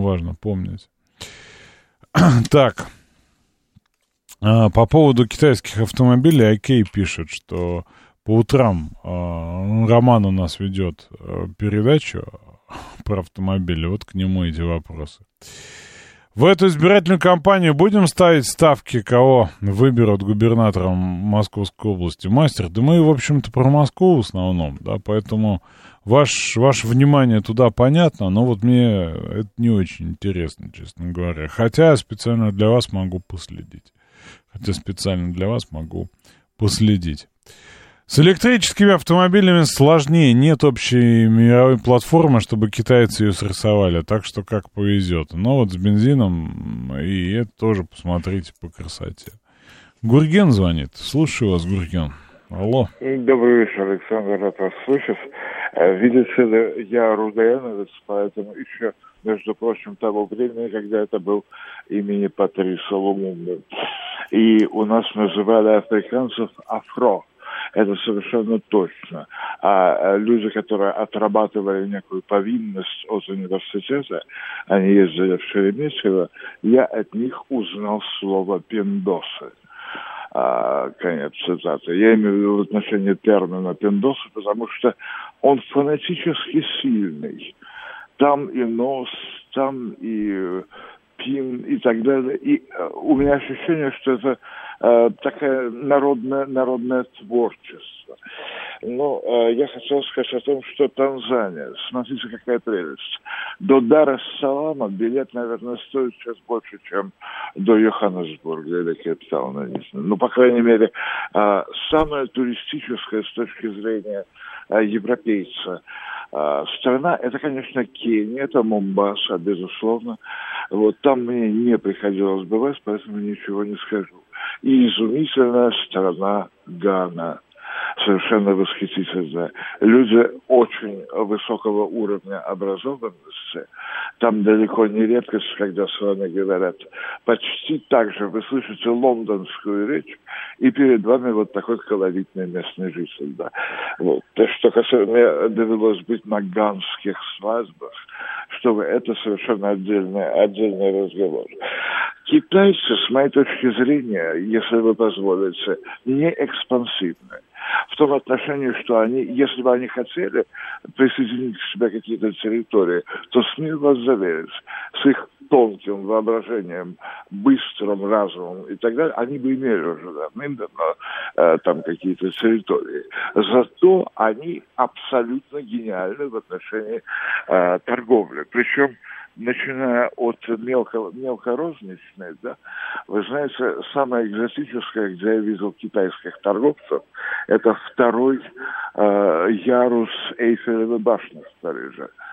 Так, по поводу китайских автомобилей Окей пишет, что по утрам Роман у нас ведет передачу про автомобили, вот к нему эти вопросы. В эту избирательную кампанию будем ставить ставки, кого выберут губернатором Московской области? Мастер, да мы, в общем-то, про Москву в основном, да, поэтому ваше внимание туда понятно, но вот мне это не очень интересно, честно говоря. Хотя специально для вас могу последить. С электрическими автомобилями сложнее, нет общей мировой платформы, чтобы китайцы ее срисовали, так что как повезет. Но вот с бензином, и это тоже посмотрите по красоте. Гурген звонит. Слушаю вас, Гурген. Алло. Добрый вечер, Александр, рад вас слышать. Видите ли, я руденовец, поэтому еще, между прочим, того времени, когда это был имени Патриса Лумумбы. И у нас называли африканцев афро. Это совершенно точно. А люди, которые отрабатывали некую повинность от университета, они ездили в Шереметьево, я от них узнал слово «пиндосы». Конец цитаты. Я имею в виду в отношении термина «пиндосы», потому что он фонетически сильный. Там и нос, там и пин и так далее. И у меня ощущение, что это такое народное творчество. Но я хотел сказать о том, что Танзания, смотрите, какая прелесть. До Дар-эс-Салама билет, наверное, стоит сейчас больше, чем до Йоханнесбурга или Кейптауна. Ну, по крайней мере, самая туристическая с точки зрения европейца страна, это, конечно, Кения, это Момбаса, безусловно. Вот там мне не приходилось бывать, поэтому ничего не скажу. И изумительная страна Гана. Совершенно восхитительная. Люди очень высокого уровня образованности. Там далеко не редкость, когда с вами говорят почти так же. Вы слышите лондонскую речь, и перед вами вот такой колоритный местный житель. Да. Вот. То, что мне довелось быть на ганских свадьбах, чтобы это совершенно отдельный разговор. Китайцы, с моей точки зрения, если вы позволите, не экспансивны. В том отношении, что они, если бы они хотели присоединить к себе какие-то территории, то смею вас заверить, с их тонким воображением, быстрым разумом и так далее, они бы имели уже давным-давно там какие-то территории. Зато они абсолютно гениальны в отношении торговли. Причем начиная от мелкорозничной, да, вы знаете, самое экзотическое, где я видел китайских торговцев, это второй ярус Эйфелевой башни в Париже.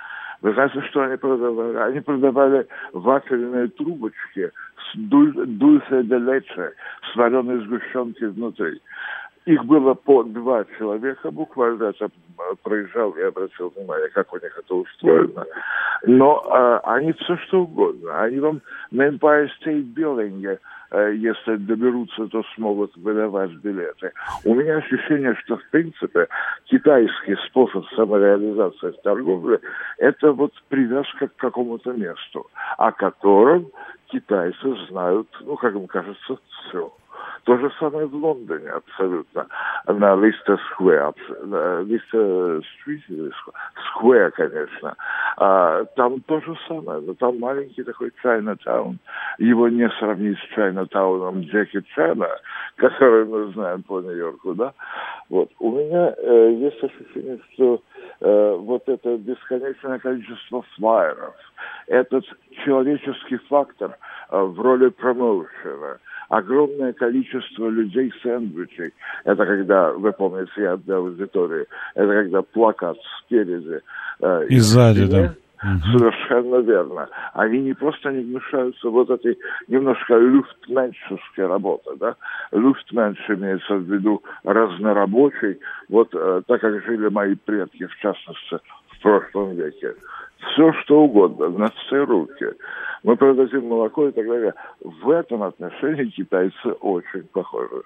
Вы знаете, что они продавали? Они продавали вафельные трубочки с дульсе де лече, с вареной сгущенкой внутри. Их было по 2 человека, буквально я проезжал, я обратил внимание, как у них это устроено. Но они все что угодно. Они вам на Empire State Building, если доберутся, то смогут выдавать билеты. У меня ощущение, что, в принципе, китайский способ самореализации в торговле – это вот привязка к какому-то месту, о котором китайцы знают, ну, как им кажется, все. То же самое в Лондоне абсолютно. На Листер Сквер, Листер Стрит, Сквер, конечно. Там то же самое. Но там маленький такой Чайнатаун. Его не сравнить с Чайнатауном Джеки Чана, который мы знаем по Нью-Йорку, да? Вот. У меня есть ощущение, что вот это бесконечное количество флайеров, этот человеческий фактор в роли промоушена, огромное количество людей-сэндвичей. Это когда, вы помните, я для аудитории, это когда плакат спереди и сзади, да. Совершенно верно. Они не просто не гнушаются вот этой немножко люфтменшевской работы, да. Люфтменш имеется в виду разнорабочий, вот так как жили мои предки, в частности, в прошлом веке. Все, что угодно, на все руки. Мы продадим молоко и так далее. В этом отношении китайцы очень похожи.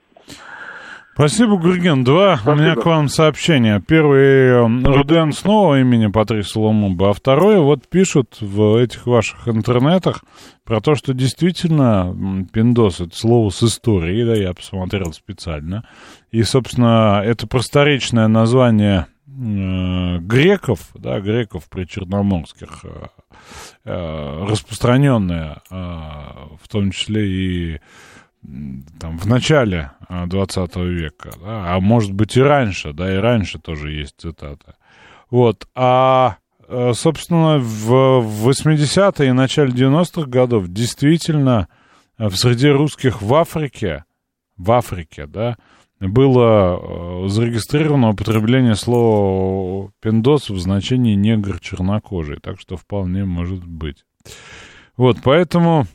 Спасибо, Гурген. Спасибо. У меня к вам сообщения. Первый Руден снова имени Патриса Лумумба, а второй вот пишут в этих ваших интернетах про то, что действительно пиндос — это слово с историей, да, я посмотрел специально. И, собственно, это просторечное название греков, да, греков причерноморских, распространенное, в том числе и там в начале 20 века, да, а может быть и раньше, да, и раньше тоже есть цитата. Вот, собственно, в 80-е и начале 90-х годов действительно в среде русских в Африке, да, было зарегистрировано употребление слова «пиндос» в значении «негр чернокожий», так что вполне может быть. Вот, поэтому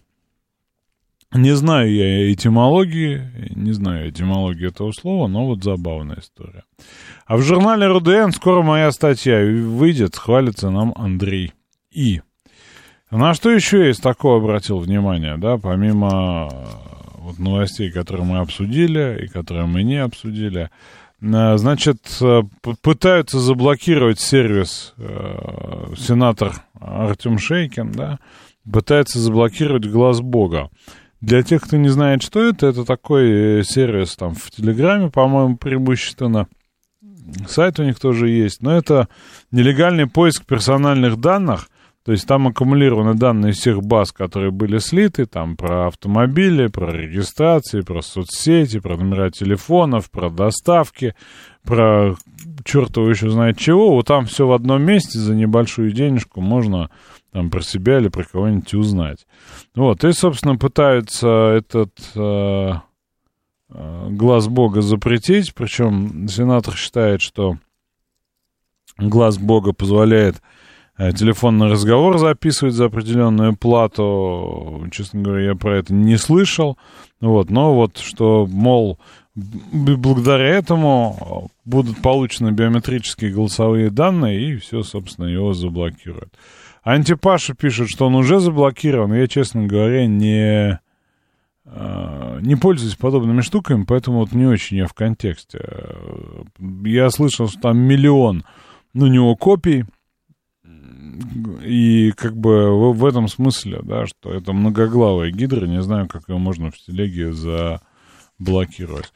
не знаю я этимологии этого слова, но вот забавная история. А в журнале РУДН скоро моя статья выйдет, хвалится нам Андрей И. На что еще есть такое, обратил внимание, да, помимо вот новостей, которые мы обсудили и которые мы не обсудили. Значит, пытаются заблокировать сервис сенатор Артем Шейкин, да, пытается заблокировать Глаз Бога. Для тех, кто не знает, что это такой сервис там в Телеграме, по-моему, преимущественно. Сайт у них тоже есть, но это нелегальный поиск персональных данных. То есть там аккумулированы данные всех баз, которые были слиты, там про автомобили, про регистрации, про соцсети, про номера телефонов, про доставки, про чертово еще знает чего. Вот там все в одном месте за небольшую денежку можно там про себя или про кого-нибудь узнать. Вот, и, собственно, пытаются этот Глаз Бога запретить, причем сенатор считает, что Глаз Бога позволяет телефонный разговор записывать за определенную плату. Честно говоря, я про это не слышал. Вот, но вот что, мол, благодаря этому будут получены биометрические голосовые данные, и все, собственно, его заблокируют. Антипаша пишет, что он уже заблокирован. Я, честно говоря, не пользуюсь подобными штуками, поэтому вот не очень я в контексте. Я слышал, что там 1 миллион у него копий. И как бы в этом смысле, да, что это многоглавая гидра, не знаю, как ее можно в телеге заблокировать.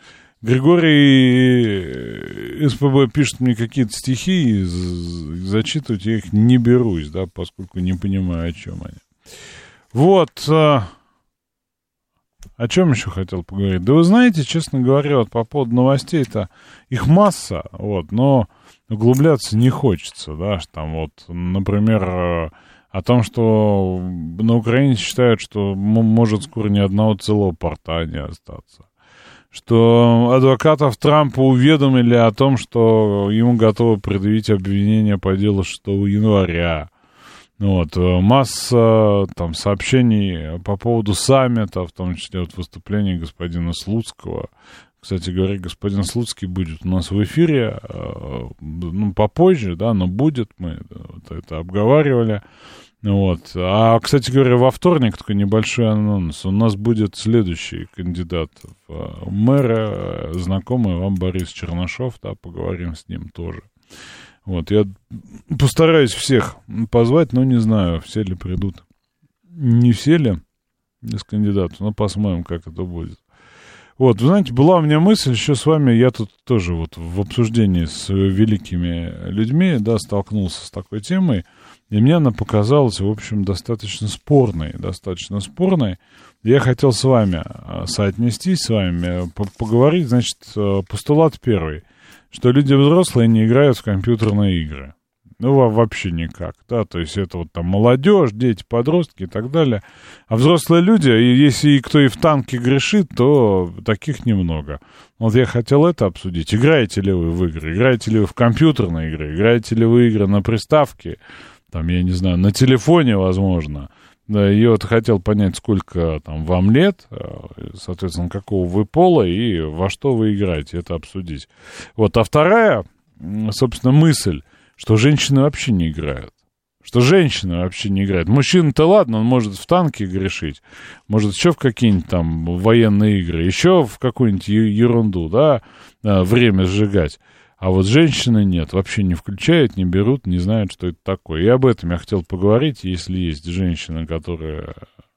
Григорий СПБ пишет мне какие-то стихи, и зачитывать я их не берусь, да, поскольку не понимаю, о чем они. Вот, о чем еще хотел поговорить? Да вы знаете, честно говоря, вот по поводу новостей-то их масса, вот, но углубляться не хочется, да, что там вот, например, о том, что на Украине считают, что может скоро ни одного целого порта не остаться, что адвокатов Трампа уведомили о том, что ему готовы предъявить обвинение по делу 6 января, Вот, масса там сообщений по поводу саммита, в том числе вот выступления господина Слуцкого. Кстати говоря, господин Слуцкий будет у нас в эфире, ну, попозже, да, но будет, мы вот это обговаривали. Вот. А, кстати говоря, во вторник такой небольшой анонс. У нас будет следующий кандидат в мэра, знакомый вам Борис Чернышов, да, поговорим с ним тоже. Вот, я постараюсь всех позвать, но не знаю, все ли придут. Не все ли из кандидатов, но посмотрим, как это будет. Вот, вы знаете, была у меня мысль еще с вами, я тут тоже вот в обсуждении с великими людьми, да, столкнулся с такой темой, и мне она показалась, в общем, достаточно спорной. Я хотел с вами соотнестись, с вами поговорить, значит, постулат первый, что люди взрослые не играют в компьютерные игры. Ну, вообще никак, да, то есть это вот там молодежь, дети, подростки и так далее. А взрослые люди, и если кто и в танке грешит, то таких немного. Вот я хотел это обсудить. Играете ли вы в игры? Играете ли вы в компьютерные игры? Играете ли вы игры на приставке? Там, я не знаю, на телефоне, возможно. Да, и вот хотел понять, сколько там вам лет, соответственно, какого вы пола и во что вы играете, это обсудить. Вот, а вторая, собственно, мысль, что женщины вообще не играют. Мужчина-то ладно, он может в танки грешить, может еще в какие-нибудь там военные игры, еще в какую-нибудь ерунду, да, время сжигать. А вот женщины нет, вообще не включают, не берут, не знают, что это такое. И об этом я хотел поговорить, если есть женщины, которые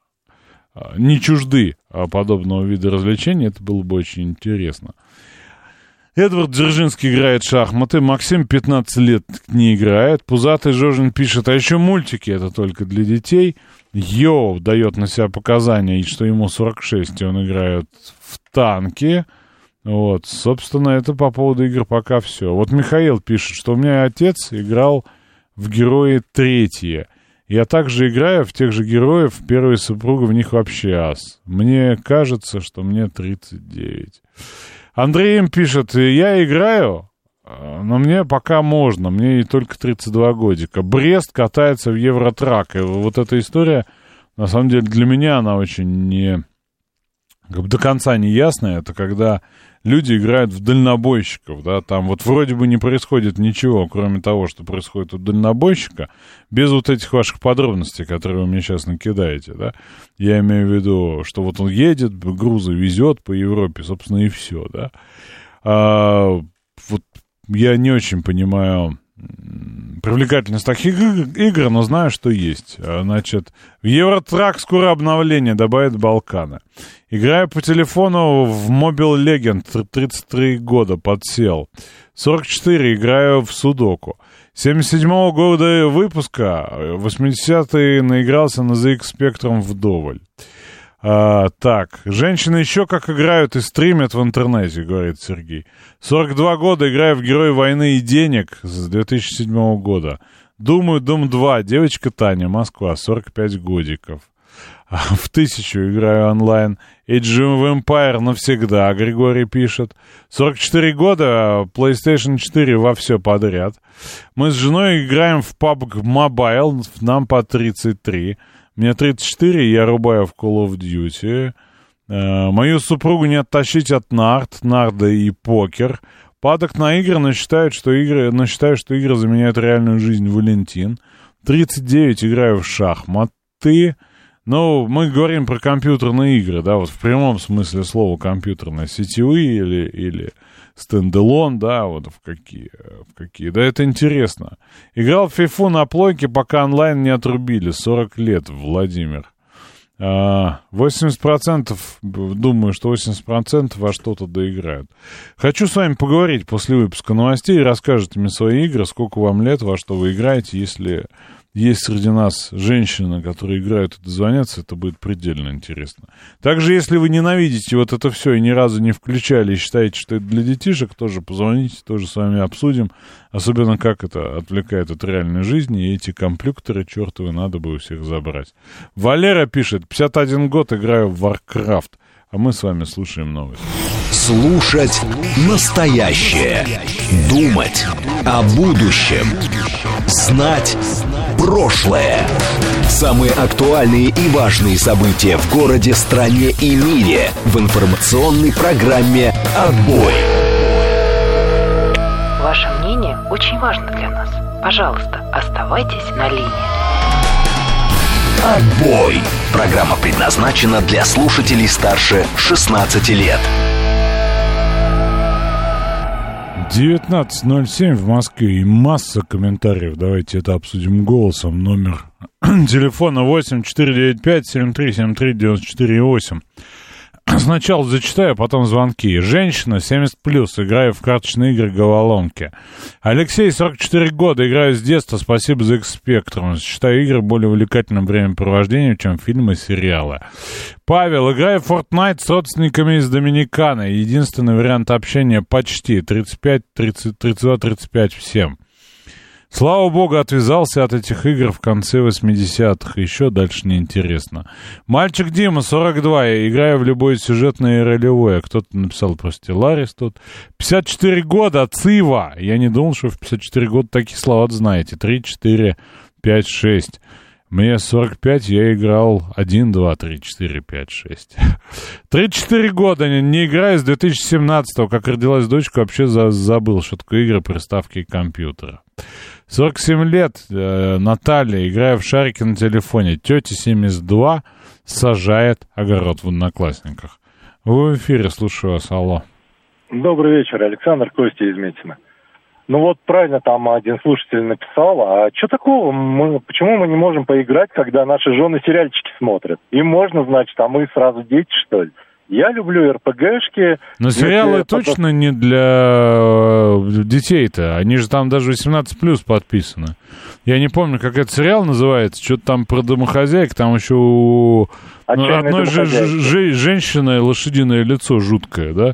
не чужды подобного вида развлечений, это было бы очень интересно. Эдвард Дзержинский играет в шахматы, Максим 15 лет не играет, Пузатый Жожин пишет, а еще мультики это только для детей. Йоу дает на себя показания, что ему 46, и он играет в танки. Вот, собственно, это по поводу игр пока все. Вот Михаил пишет, что у меня отец играл в Герои 3. Я также играю в тех же героев, первая супруга в них вообще ас. Мне кажется, что мне 39. Андрей им пишет, я играю, но мне пока можно, мне и только 32 годика. Брест катается в Евротрак. И вот эта история, на самом деле, для меня она очень не... до конца не ясная. Это когда люди играют в дальнобойщиков, да, там вот вроде бы не происходит ничего, кроме того, что происходит у дальнобойщика, без вот этих ваших подробностей, которые вы мне сейчас накидаете, да. Я имею в виду, что вот он едет, грузы везет по Европе, собственно, и все, да. Вот я не очень понимаю привлекательность таких игр, но знаю, что есть. Значит, в Евротрак скоро обновление, добавят Балканы. Играю по телефону в Mobile Legends, 33 года, подсел. 44, играю в Судоку. 77-го года выпуска, 80-й наигрался на ZX Spectrum вдоволь. Так, женщины еще как играют и стримят в интернете, говорит Сергей. 42 года играю в Герои войны и денег с 2007 года. Думаю, Doom 2, девочка Таня, Москва, 45 годиков. В 1000 играю онлайн. Age of Empire навсегда, Григорий пишет. 44 года, PlayStation 4 во все подряд. Мы с женой играем в PUBG Mobile, нам по 33. Мне 34, я рубаю в Call of Duty. Мою супругу не оттащить от нарда и покер. Падок на игры, но считаю, что игры заменяют реальную жизнь. Валентин. 39, играю в шахматы. Ну, мы говорим про компьютерные игры, да, вот в прямом смысле слова компьютерные, сетевые или стендалон, да, вот в какие. Да, это интересно. Играл в FIFA на плойке, пока онлайн не отрубили. 40 лет, Владимир. 80%, думаю, что 80% во что-то доиграют. Хочу с вами поговорить после выпуска новостей. Расскажите мне свои игры, сколько вам лет, во что вы играете. Если есть среди нас женщины, которые играют и дозвонятся, это будет предельно интересно. Также, если вы ненавидите вот это все и ни разу не включали и считаете, что это для детишек, тоже позвоните, тоже с вами обсудим. Особенно, как это отвлекает от реальной жизни, и эти компьютеры чертовы надо бы у всех забрать. Валера пишет, 51 год играю в Warcraft, а мы с вами слушаем новости. Слушать настоящее. Думать о будущем. Знать Прошлое. Самые актуальные и важные события в городе, стране и мире в информационной программе «Отбой». Ваше мнение очень важно для нас. Пожалуйста, оставайтесь на линии. «Отбой». Программа предназначена для слушателей старше 16 лет. 19:07 в Москве и масса комментариев. Давайте это обсудим голосом. Номер телефона 8-495-7373-94-8. Сначала зачитаю, а потом звонки. Женщина, 70+, играю в карточные игры головоломки. Алексей, 44 года, играю с детства, спасибо за X-Spectrum. Считаю игры более увлекательным времяпровождением, чем фильмы и сериалы. Павел, играю в Fortnite с родственниками из Доминиканы. Единственный вариант общения почти. 32-35 всем. Слава богу, отвязался от этих игр в конце 80-х. Еще дальше неинтересно. Мальчик Дима, 42. Я играю в любое сюжетное и ролевое. Кто-то написал про Stellaris тут. 54 года, Цива. Я не думал, что в 54 года такие слова знаете. 3, 4, 5, 6. Мне 45, я играл 1, 2, 3, 4, 5, 6. 34 года, не играю с 2017-го. Как родилась дочка, вообще забыл, что такое игры, приставки и компьютера. 47 лет, Наталья, играю в шарики на телефоне. Тетя 72 сажает огород в Одноклассниках. Вы в эфире, слушаю вас, алло. Добрый вечер, Александр, Костя из Метина. Ну вот правильно там один слушатель написал, а что такого, почему мы не можем поиграть, когда наши жены сериальчики смотрят? Им можно, значит, а мы сразу дети, что ли? Я люблю РПГшки. Но сериалы точно не для детей-то. Они же там даже 18+ подписаны. Я не помню, как этот сериал называется. Что-то там про домохозяек. Там еще у одной женщины лошадиное лицо жуткое, да?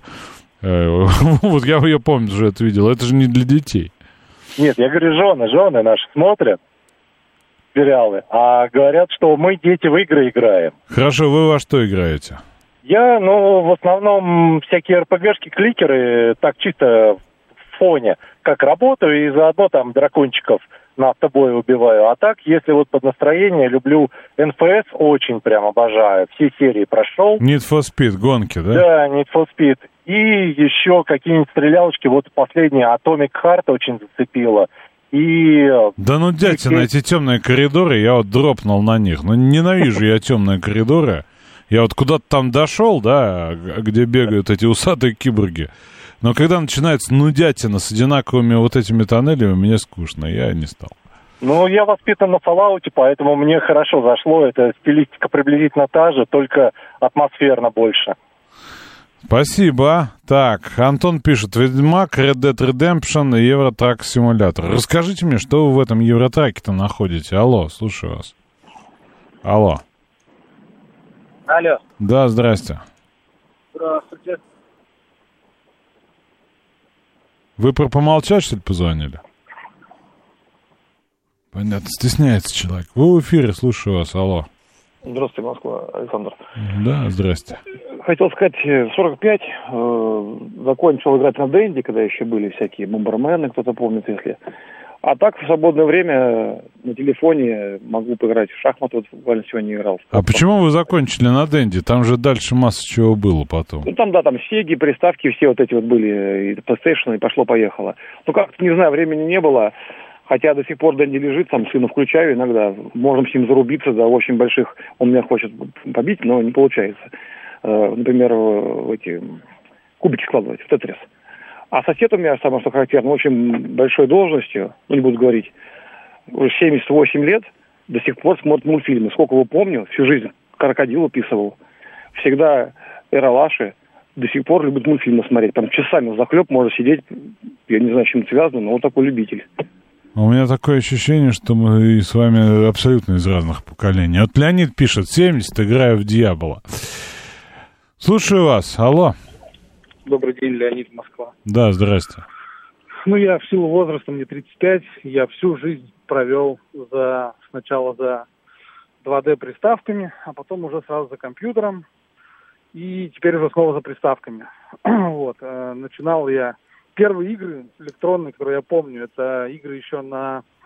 Вот я ее помню, что это видел. Это же не для детей. Нет, я говорю, жены наши смотрят сериалы, а говорят, что мы, дети, в игры играем. Хорошо, вы во что играете? Я, в основном всякие РПГшки, кликеры, так чисто в фоне, как работаю, и заодно там дракончиков на автобое убиваю. А так, если вот под настроение, люблю НФС, очень прям обожаю. Все серии прошел. Need for Speed, гонки, да? Да, Need for Speed. И еще какие-нибудь стрелялочки. Вот последняя Atomic Heart очень зацепила. И... Да ну дядьте, на эти темные коридоры, я вот дропнул на них. Ну ненавижу я темные коридоры. Я вот куда-то там дошел, да, где бегают эти усатые киборги. Но когда начинается нудятина с одинаковыми вот этими тоннелями, мне скучно, я не стал. Ну, я воспитан на Fallout, поэтому мне хорошо зашло. Это стилистика приблизительно та же, только атмосферно больше. Спасибо. Так, Антон пишет: Ведьмак, Red Dead Redemption и Евротрак симулятор. Расскажите мне, что вы в этом Евротраке-то находите? Алло, слушаю вас. Алло. Алло. Да, здрасте. Здравствуйте. Вы про помолчать, что ли, позвонили? Понятно, стесняется человек. Вы в эфире, слушаю вас, алло. Здравствуйте, Москва, Александр. Да, здрасте. Хотел сказать, 45, закончил играть на Денди, когда еще были всякие бомбермены, кто-то помнит, если... А так, в свободное время на телефоне могу поиграть в шахматы, вот буквально сегодня играл. А почему вы закончили на Денди? Там же дальше масса чего было потом. Ну, там, да, там Сеги, приставки, все вот эти вот были, и PlayStation, и пошло-поехало. Ну, как-то, не знаю, времени не было, хотя до сих пор Денди лежит, там, сына включаю иногда, можем с ним зарубиться до очень больших, он меня хочет побить, но не получается. Например, эти кубики складывать, в Тетрис. А сосед у меня, самое что характерно, очень большой должностью, не буду говорить, уже 78 лет, до сих пор смотрит мультфильмы. Сколько его помню, всю жизнь «Крокодил» описывал. Всегда Эралаши до сих пор любит мультфильмы смотреть. Там часами взахлеб можно сидеть, я не знаю, с чем это связано, но он такой любитель. У меня такое ощущение, что мы с вами абсолютно из разных поколений. Вот Леонид пишет: 70, играю в Дьявола. Слушаю вас, алло. Добрый день, Леонид, Москва. Да, здрасте. Ну, я в силу возраста, мне 35, я всю жизнь провел сначала за 2D-приставками, а потом уже сразу за компьютером, и теперь уже снова за приставками. Вот, начинал я... Первые игры электронные, которые я помню, это игры еще на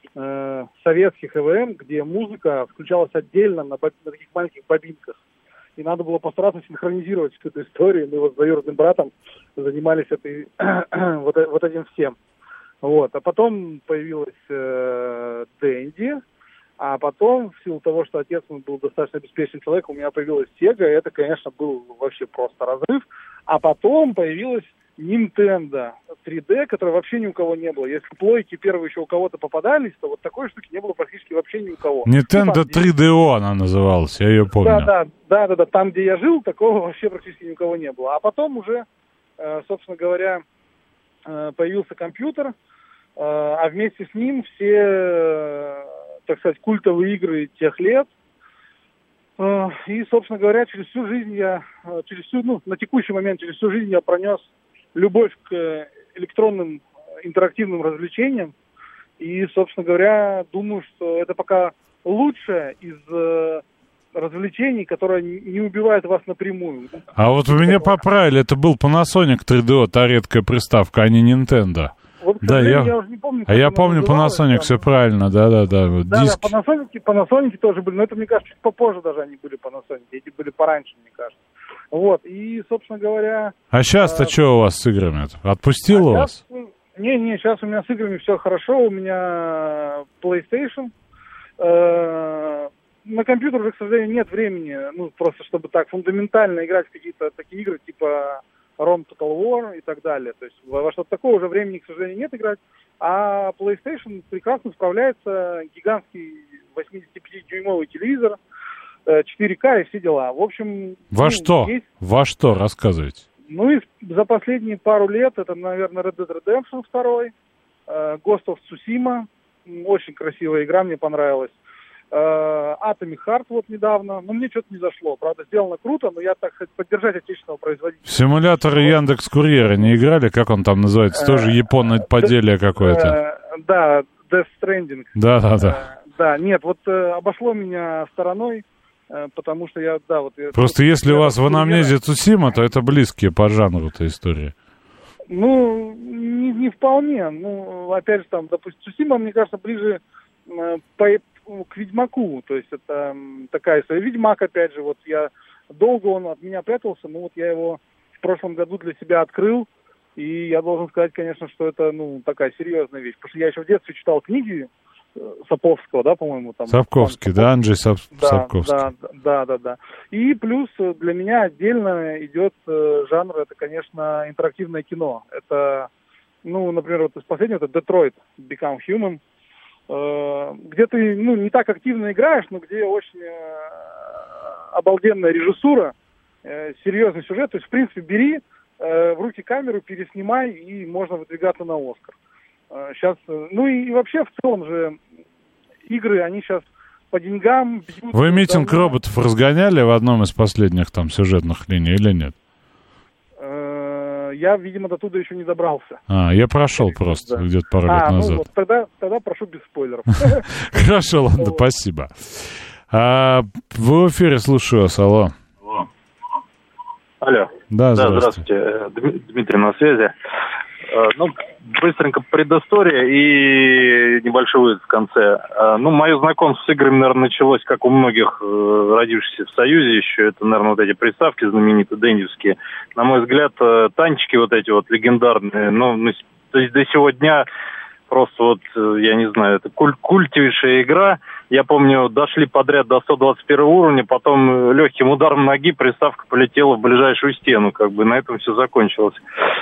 советских ЭВМ, где музыка включалась отдельно на таких маленьких бобинках. И надо было постараться синхронизировать всю эту историю. Мы вот с двоюродным братом занимались вот этим всем. Вот. А потом появилась Дэнди, а потом, в силу того, что отец мой был достаточно обеспеченный человек, у меня появилась Сега, и это, конечно, был вообще просто разрыв. А потом появилась Nintendo 3D, которой вообще ни у кого не было. Если плойки первые еще у кого-то попадались, то вот такой штуки не было практически вообще ни у кого. Nintendo 3DO она называлась, я ее помню. Да. Там, где я жил, такого вообще практически ни у кого не было. А потом уже, собственно говоря, появился компьютер, а вместе с ним все, так сказать, культовые игры тех лет. И, собственно говоря, через всю жизнь на текущий момент, через всю жизнь я пронес любовь к электронным интерактивным развлечениям. И, собственно говоря, думаю, что это пока лучшее из развлечений, которое не убивает вас напрямую. А вот вы меня поправили, это был Panasonic 3DO, та редкая приставка, а не Nintendo. Вот, да, я уже не помню. Я помню Panasonic, все правильно, да. Да, Panasonic тоже были, но это, мне кажется, чуть попозже даже они были Panasonic, эти были пораньше, мне кажется. Вот, и, собственно говоря... А сейчас-то что у вас с играми? Отпустило вас? Не, сейчас у меня с играми все хорошо, у меня PlayStation. На компьютере уже, к сожалению, нет времени, просто чтобы так фундаментально играть в какие-то такие игры, типа Rome Total War и так далее. То есть во что-то такого уже времени, к сожалению, нет играть. А PlayStation прекрасно справляется, гигантский 85-дюймовый телевизор, 4К и все дела. В общем... Во что? Рассказывайте. За последние пару лет это, наверное, Red Dead Redemption 2, Ghost of Tsushima, очень красивая игра, мне понравилась. Atomic Heart вот недавно, но мне что-то не зашло. Правда, сделано круто, но я, так сказать, поддержать отечественного производителя. В симулятор Яндекс.Курьера не играли? Как он там называется? Тоже японное поделие какое-то. Да, Death Stranding. Да. Да, нет, вот обошло меня стороной, потому что я. Просто если у вас в анамнезе Цусима, то это близкие по жанру-то истории. Не вполне. Опять же, там, допустим, Цусима, мне кажется, ближе к Ведьмаку, то есть это такая история. Ведьмак, опять же, долго он от меня прятался, но вот я его в прошлом году для себя открыл, и я должен сказать, конечно, что это, такая серьезная вещь, потому что я еще в детстве читал книги Сапковского, да, по-моему, там. Сапковский, да, Анджей Сапковский. Да. И плюс для меня отдельно идет жанр, это, конечно, интерактивное кино. Это, например, вот из последнего, это Detroit Become Human, где ты, не так активно играешь, но где очень обалденная режиссура, серьезный сюжет. То есть, в принципе, бери в руки камеру, переснимай, и можно выдвигаться на Оскар. Сейчас, и вообще, в целом же, игры, они сейчас по деньгам бьют... Вы митинг роботов разгоняли в одном из последних там сюжетных линий или нет? Я, видимо, до туда еще не добрался. Я прошел просто где-то пару лет назад. Тогда прошу без спойлеров. Хорошо, ладно, спасибо. В эфире, слушаю вас, алло. Алло. Да, здравствуйте. Дмитрий на связи. Быстренько предыстория и небольшой вывод в конце. Мое знакомство с играми, наверное, началось, как у многих родившихся в Союзе еще. Это, наверное, вот эти приставки знаменитые, дэндивские. На мой взгляд, танчики вот эти вот легендарные, то есть до сего дня просто я не знаю, это культовейшая игра. Я помню, дошли подряд до 121 уровня, потом легким ударом ноги приставка полетела в ближайшую стену, на этом все закончилось.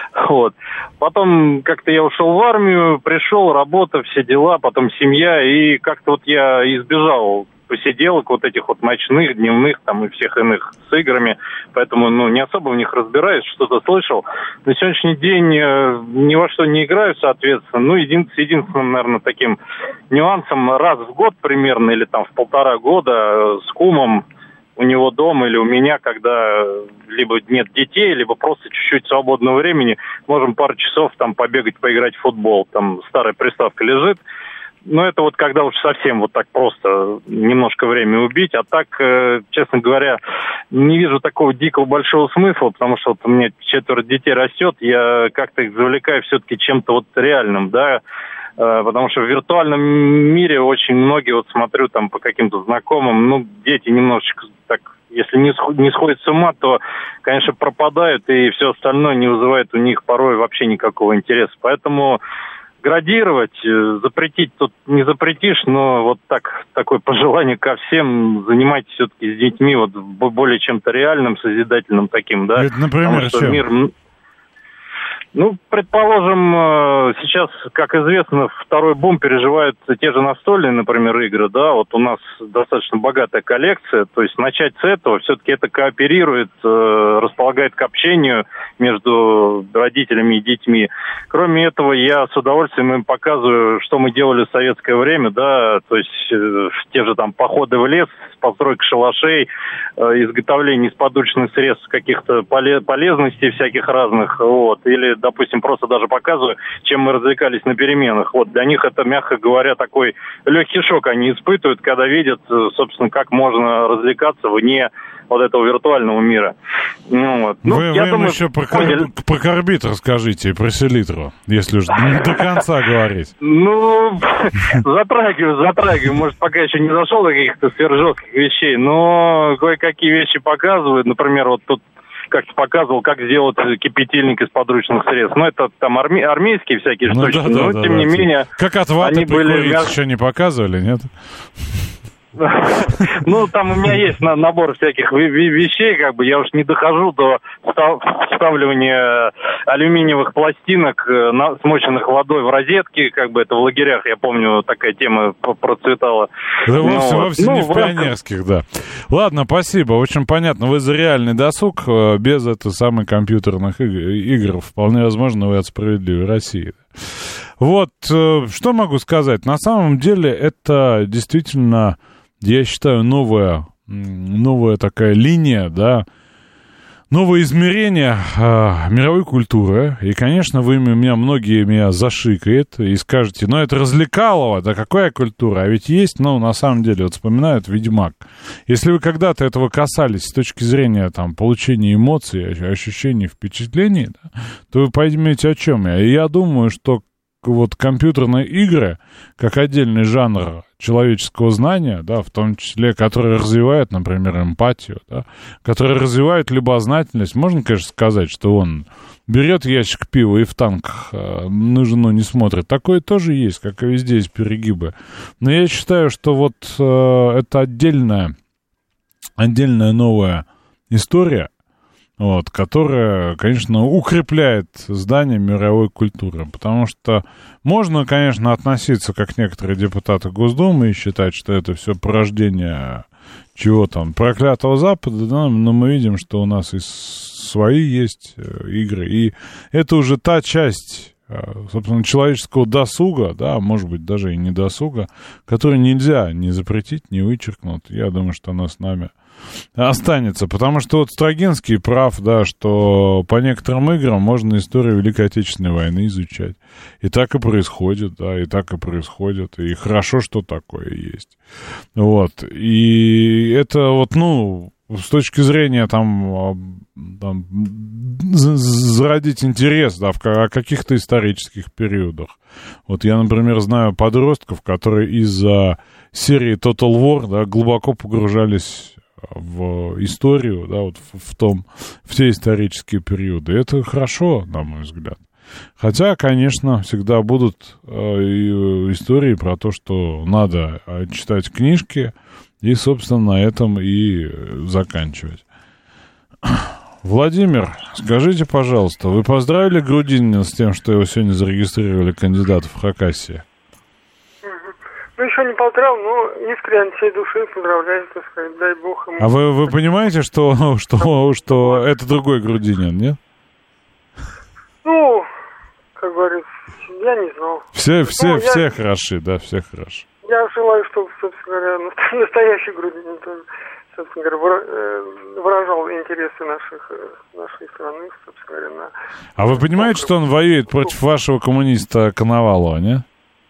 Потом как-то я ушел в армию, пришел, работа, все дела, потом семья, и как-то я избежал посиделок этих ночных, дневных и всех иных с играми, поэтому не особо в них разбираюсь, что-то слышал. На сегодняшний день ни во что не играю, соответственно. Единственным, наверное, таким нюансом раз в год примерно, или в 1,5 года с кумом у него дома или у меня, когда либо нет детей, либо просто чуть-чуть свободного времени, можем пару часов побегать, поиграть в футбол. Там старая приставка лежит. Это когда уж совсем так просто немножко время убить. А так, честно говоря, не вижу такого дикого большого смысла, потому что у меня 4 детей растет, я как-то их завлекаю все-таки чем-то реальным, да. Потому что в виртуальном мире очень многие, вот смотрю там по каким-то знакомым, ну, дети немножечко так, если не сходят с ума, то, конечно, пропадают, и все остальное не вызывает у них порой вообще никакого интереса. Поэтому градировать, запретить тут не запретишь, но вот такое пожелание ко всем: занимайтесь все-таки с детьми вот более чем-то реальным, созидательным таким, да. Это, например, что? Мир... Ну, предположим, сейчас, как известно, второй бум переживают те же настольные, например, игры, да, вот у нас достаточно богатая коллекция, то есть начать с этого, все-таки это кооперирует, располагает к общению между родителями и детьми. Кроме этого, я с удовольствием им показываю, что мы делали в советское время, да, то есть те же там походы в лес, постройка шалашей, изготовление из подручных средств каких-то полезностей всяких разных, вот, или, допустим, просто даже показываю, чем мы развлекались на переменах. Вот, для них это, мягко говоря, такой легкий шок они испытывают, когда видят, собственно, как можно развлекаться вне вот этого виртуального мира. Ну, вот. Вы им еще про карбид расскажите и про селитру, если уж до конца говорить. Ну, затрагиваю. Может, пока еще не зашел до каких-то сверхжестких вещей, но кое-какие вещи показывают. Например, вот тут как-то показывал, как сделать кипятильник из подручных средств. Ну, это там армейские всякие штучки, но тем не менее... Как от ваты прикурить еще не показывали, нет? Ну, там у меня есть набор всяких вещей, как бы я уж не дохожу до вставливания алюминиевых пластинок, смоченных водой в розетки, как бы это в лагерях, я помню, такая тема процветала. Да вовсе не в пионерских, да. Ладно, спасибо, очень понятно, вы за реальный досуг, без этой самой компьютерных игр, вполне возможно, вы от справедливой России. Вот, что могу сказать, на самом деле это действительно... Я считаю, новая такая линия, да, новое измерение мировой культуры. И, конечно, многие меня зашикают и скажете, ну, это развлекалово, да какая культура? А ведь есть, на самом деле, вот вспоминают «Ведьмак». Если вы когда-то этого касались с точки зрения, там, получения эмоций, ощущений, впечатлений, да, то вы поймете, о чем я. И я думаю, что вот компьютерные игры, как отдельный жанр человеческого знания, да, в том числе, который развивает, например, эмпатию, да, который развивает любознательность, можно, конечно, сказать, что он берет ящик пива и в танк на жену не смотрит. Такое тоже есть, как и везде есть перегибы. Но я считаю, что вот это отдельная новая история, вот, которая, конечно, укрепляет здание мировой культуры, потому что можно, конечно, относиться, как некоторые депутаты Госдумы, и считать, что это все порождение чего там, проклятого Запада, да, но мы видим, что у нас и свои есть игры, и это уже та часть, собственно, человеческого досуга, да, может быть, даже и не досуга, который нельзя ни запретить, ни вычеркнуть. Я думаю, что она с нами останется, потому что вот Строгинский прав, да, что по некоторым играм можно историю Великой Отечественной войны изучать. И так и происходит, да, и хорошо, что такое есть. Вот, и это вот, с точки зрения там зародить интерес, да, о каких-то исторических периодах. Вот я, например, знаю подростков, которые из-за серии Total War, да, глубоко погружались в историю, да, вот в те исторические периоды. Это хорошо, на мой взгляд. Хотя, конечно, всегда будут истории про то, что надо читать книжки, и, собственно, на этом и заканчивать. Владимир, скажите, пожалуйста, вы поздравили Грудинина с тем, что его сегодня зарегистрировали кандидатом в Хакасии? Ну, еще не поздравил, но искренне от всей души поздравляю, так сказать, дай бог ему. А вы понимаете, что это другой Грудинин, нет? Ну, как говорится, я не знал. Все хороши, да, все хороши. Я желаю, чтобы, собственно говоря, настоящий Грудинин, собственно говоря, выражал интересы нашей страны, собственно говоря. А вы понимаете, что он воюет против вашего коммуниста Коновалова, не?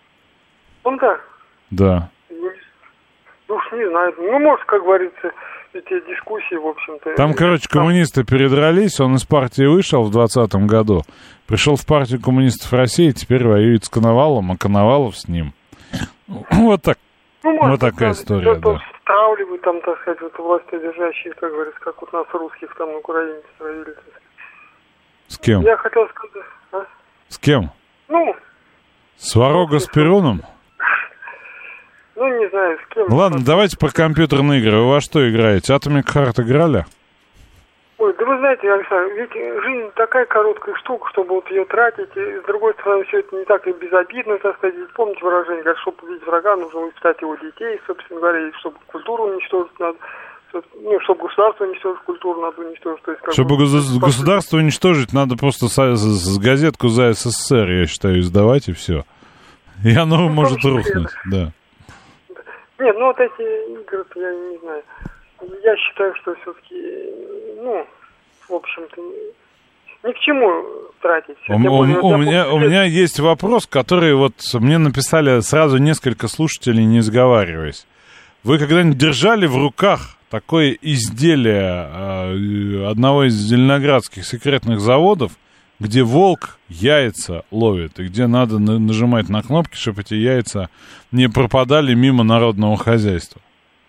Он-то? Да. Ну уж не знаю. Ну, может, как говорится, эти дискуссии, в общем-то... Там, короче, коммунисты передрались, он из партии вышел в 2020 году, пришел в партию коммунистов России, теперь воюет с Коновалом, а Коновалов с ним. Вот так. Вот такая история, да. Стравливают там, так сказать, вот властодержащие, как говорится, как вот нас русских там на Украине стравили. С кем? Я хотел сказать... А? С кем? Ну... Сварога с Перуном? Ну, не знаю, с кем. Ладно, давайте про компьютерные игры. Вы во что играете? Atomic Heart играли? Ой, да вы знаете, Александр, ведь жизнь такая короткая штука, чтобы вот ее тратить. И, с другой стороны, все это не так и безобидно, так сказать. Ведь помните выражение, говорят, чтобы победить врага, нужно воспитать его детей, собственно говоря, и чтобы культуру уничтожить надо. Ну, чтобы государство уничтожить, культуру надо уничтожить. То есть, как чтобы государство уничтожить, надо просто с газетку за СССР, я считаю, издавать, и все. И оно может рухнуть, да. Нет, ну вот эти игры, я не знаю. Я считаю, что все-таки, ну, в общем-то, ни к чему тратить. У меня есть вопрос, который вот мне написали сразу несколько слушателей, не сговариваясь. Вы когда-нибудь держали в руках такое изделие одного из зеленоградских секретных заводов, где волк яйца ловит, и где надо нажимать на кнопки, чтобы эти яйца не пропадали мимо народного хозяйства?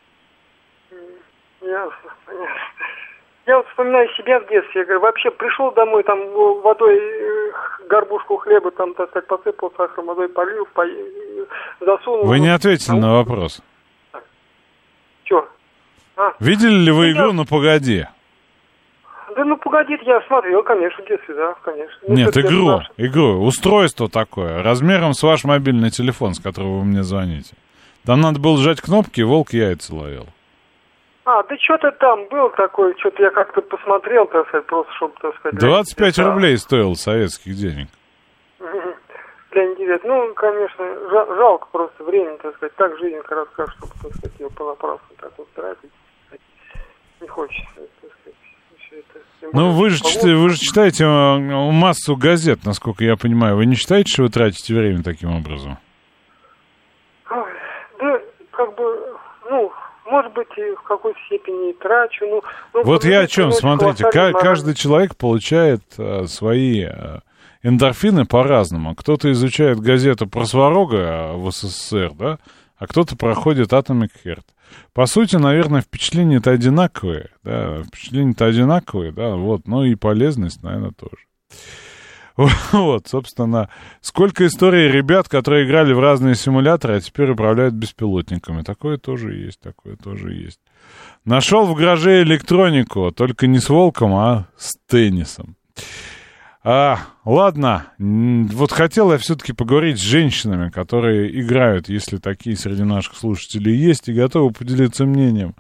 Ясно. Я вот вспоминаю себя в детстве. Я говорю, вообще пришел домой, там водой горбушку хлеба, там, так сказать, посыпал сахаром, водой полил, засунул. Вы не ответили на вопрос. Че? Видели ли вы игру «Ну, погоди»? Да ну погоди, я смотрел, конечно, в детстве, да, конечно. Нет, игру, устройство такое, размером с ваш мобильный телефон, с которого вы мне звоните. Там надо было сжать кнопки, и волк яйца ловил. Да что-то там было такое, что-то я как-то посмотрел, так сказать, просто чтобы, так сказать... 25 рублей стоил советских денег. Для интереса. Ну, конечно, жалко просто времени, так сказать, так жизнь коротка, чтобы, так сказать, ее понапрасну так вот тратить. Не хочется, так сказать. Ну, вы же читаете массу газет, насколько я понимаю. Вы не считаете, что вы тратите время таким образом? Да, как бы, ну, может быть, и в какой-то степени трачу. Ну, вот я о чем, смотрите, каждый человек получает свои эндорфины по-разному. Кто-то изучает газету про Сварога в СССР, да, а кто-то проходит Atomic Heart. По сути, наверное, впечатления-то одинаковые, да, вот, но и полезность, наверное, тоже. Вот, собственно, сколько историй ребят, которые играли в разные симуляторы, а теперь управляют беспилотниками. Такое тоже есть. Нашел в гараже электронику, только не с волком, а с теннисом. Ладно, вот хотел я все-таки поговорить с женщинами, которые играют, если такие среди наших слушателей есть, и готовы поделиться мнением.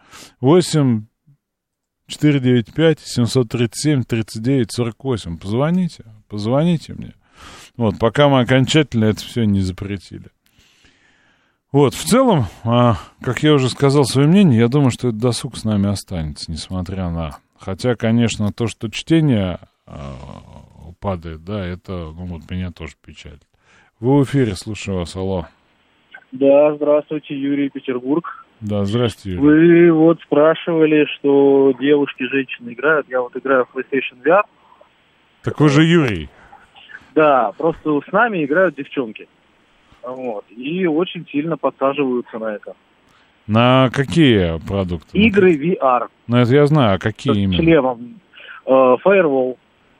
8-495-737-39-48. Позвоните мне. Вот, пока мы окончательно это все не запретили. Вот, в целом, как я уже сказал свое мнение, я думаю, что этот досуг с нами останется, несмотря на... Хотя, конечно, то, что чтение... падает, да, это, вот меня тоже печалит. Вы в эфире, слушаю вас, алло. Да, здравствуйте, Юрий, Петербург. Да, здравствуйте, Юрий. Вы вот спрашивали, что девушки, женщины играют. Я вот играю в PlayStation VR. Так вы же Юрий. Да, просто с нами играют девчонки. Вот, и очень сильно подсаживаются на это. На какие продукты? Игры VR. Ну, это я знаю, а какие именно? С шлемом. Firewall.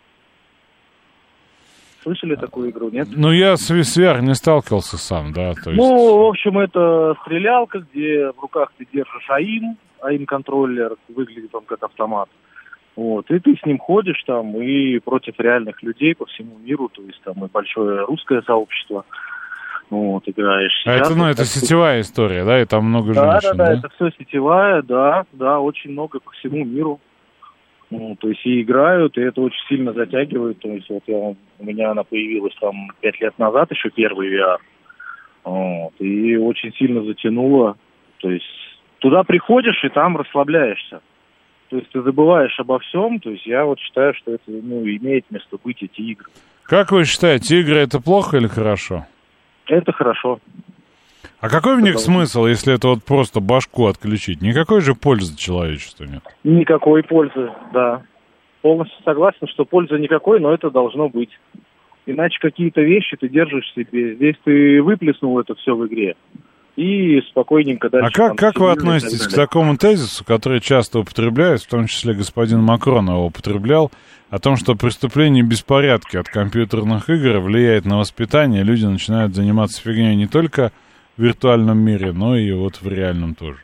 Слышали такую игру, нет? Ну, я с VR не сталкивался сам, да. То есть... Ну, в общем, это стрелялка, где в руках ты держишь АИМ-контроллер, выглядит он как автомат. Вот, и ты с ним ходишь там и против реальных людей по всему миру, то есть там и большое русское сообщество, вот, играешь. Сейчас, это сетевая история, да, и там много женщин, да? Да, это все сетевая, да, очень много по всему миру. Ну, то есть и играют, и это очень сильно затягивает. То есть вот у меня она появилась там 5 лет назад, еще первый VR. Вот, и очень сильно затянуло. То есть туда приходишь и там расслабляешься. То есть ты забываешь обо всем. То есть я вот считаю, что это имеет место быть, эти игры. Как вы считаете, игры это плохо или хорошо? Это хорошо. А какой в них смысл, если это вот просто башку отключить? Никакой же пользы человечеству нет. Никакой пользы, да. Полностью согласен, что пользы никакой, но это должно быть. Иначе какие-то вещи ты держишь себе. Здесь ты выплеснул это все в игре. И спокойненько дальше... А как вы относитесь к такому тезису, который часто употребляют, в том числе господин Макрон его употреблял, о том, что преступление и беспорядки от компьютерных игр влияет на воспитание, люди начинают заниматься фигней не только в виртуальном мире, но и вот в реальном тоже?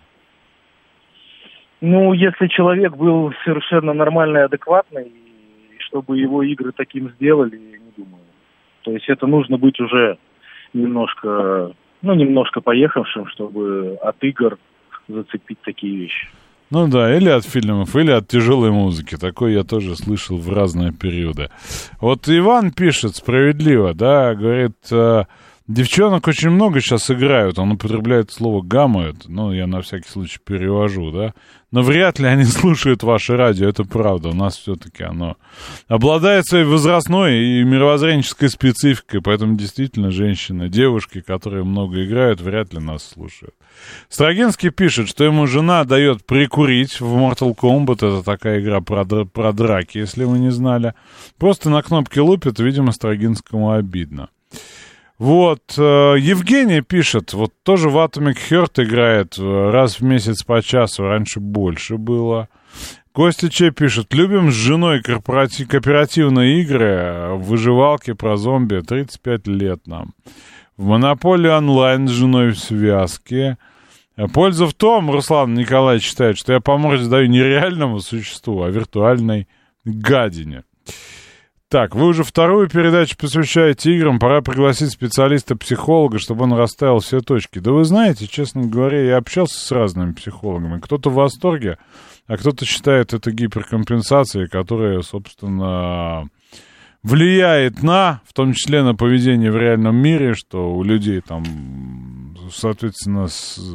Ну, если человек был совершенно нормальный, адекватный, и чтобы его игры таким сделали, я не думаю. То есть это нужно быть уже немножко поехавшим, чтобы от игр зацепить такие вещи. Ну да, или от фильмов, или от тяжелой музыки. Такое я тоже слышал в разные периоды. Вот Иван пишет справедливо, да, говорит, девчонок очень много сейчас играют, он употребляет слово «гамают», ну, я на всякий случай перевожу, да, но вряд ли они слушают ваше радио, это правда, у нас все-таки оно обладает своей возрастной и мировоззренческой спецификой, поэтому действительно женщины, девушки, которые много играют, вряд ли нас слушают. Строгинский пишет, что ему жена дает прикурить в Mortal Kombat, это такая игра про драки, если вы не знали, просто на кнопки лупит, видимо, Строгинскому обидно. Вот, Евгений пишет, вот тоже в Atomic Heart играет раз в месяц по часу, раньше больше было. Костя Че пишет, любим с женой кооперативные игры, выживалки про зомби, 35 лет нам. В Монополии онлайн с женой в связке. Польза в том, Руслан Николаевич считает, что я по морде даю не реальному существу, а виртуальной гадине. Так, вы уже вторую передачу посвящаете играм, пора пригласить специалиста-психолога, чтобы он расставил все точки. Да вы знаете, честно говоря, я общался с разными психологами. Кто-то в восторге, а кто-то считает это гиперкомпенсацией, которая, собственно, влияет на, в том числе на поведение в реальном мире, что у людей там, соответственно,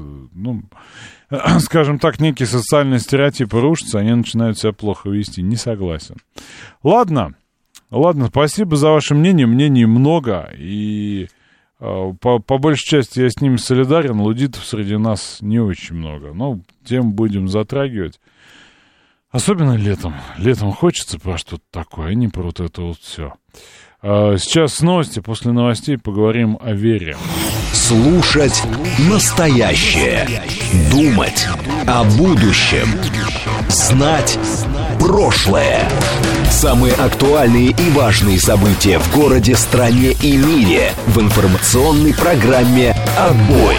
скажем так, некие социальные стереотипы рушатся, они начинают себя плохо вести. Не согласен. Ладно, спасибо за ваше мнение. Мнений много, и по большей части я с ними солидарен. Лудитов среди нас не очень много. Но тем будем затрагивать. Особенно летом. Летом хочется про что-то такое, а не про вот это вот все. Сейчас новости. После новостей поговорим о вере. Слушать настоящее. Думать о будущем. Знать прошлое. Самые актуальные и важные события в городе, стране и мире в информационной программе «Отбой».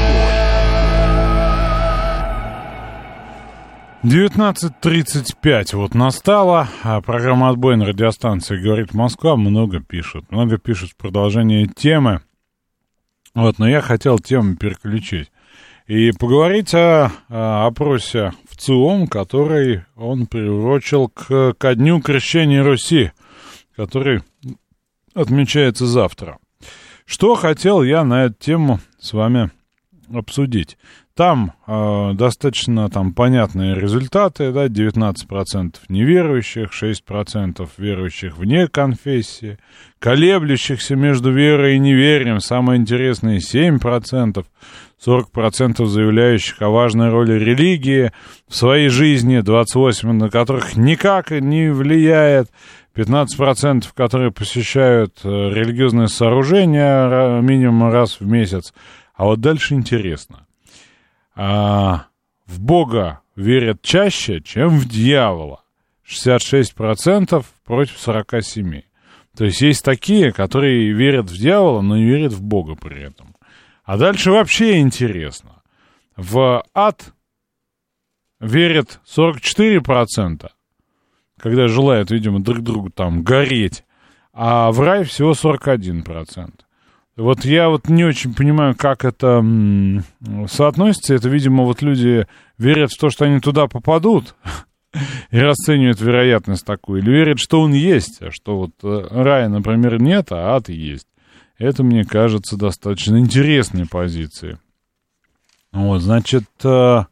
19:35 вот настало, а программа «Отбой» на радиостанции «Говорит Москва» много пишут в продолжение темы. Вот, но я хотел тему переключить и поговорить о опросе в ЦИОМ, который он приурочил ко Дню Крещения Руси, который отмечается завтра. Что хотел я на эту тему с вами обсудить? Там достаточно понятные результаты, да, 19% неверующих, 6% верующих вне конфессии, колеблющихся между верой и неверием, самое интересное, 7%, 40% заявляющих о важной роли религии в своей жизни, 28% на которых никак не влияет, 15%, которые посещают религиозные сооружения минимум раз в месяц. А вот дальше интересно. В Бога верят чаще, чем в дьявола. 66% против 47%. То есть есть такие, которые верят в дьявола, но не верят в Бога при этом. А дальше вообще интересно. В ад верят 44%, когда желают, видимо, друг другу гореть, а в рай всего 41%. Вот я не очень понимаю, как это соотносится. Это, видимо, люди верят в то, что они туда попадут и расценивают вероятность такую. Или верят, что он есть, а что рая, например, нет, а ад есть. Это, мне кажется, достаточно интересной позицией. Вот, значит, по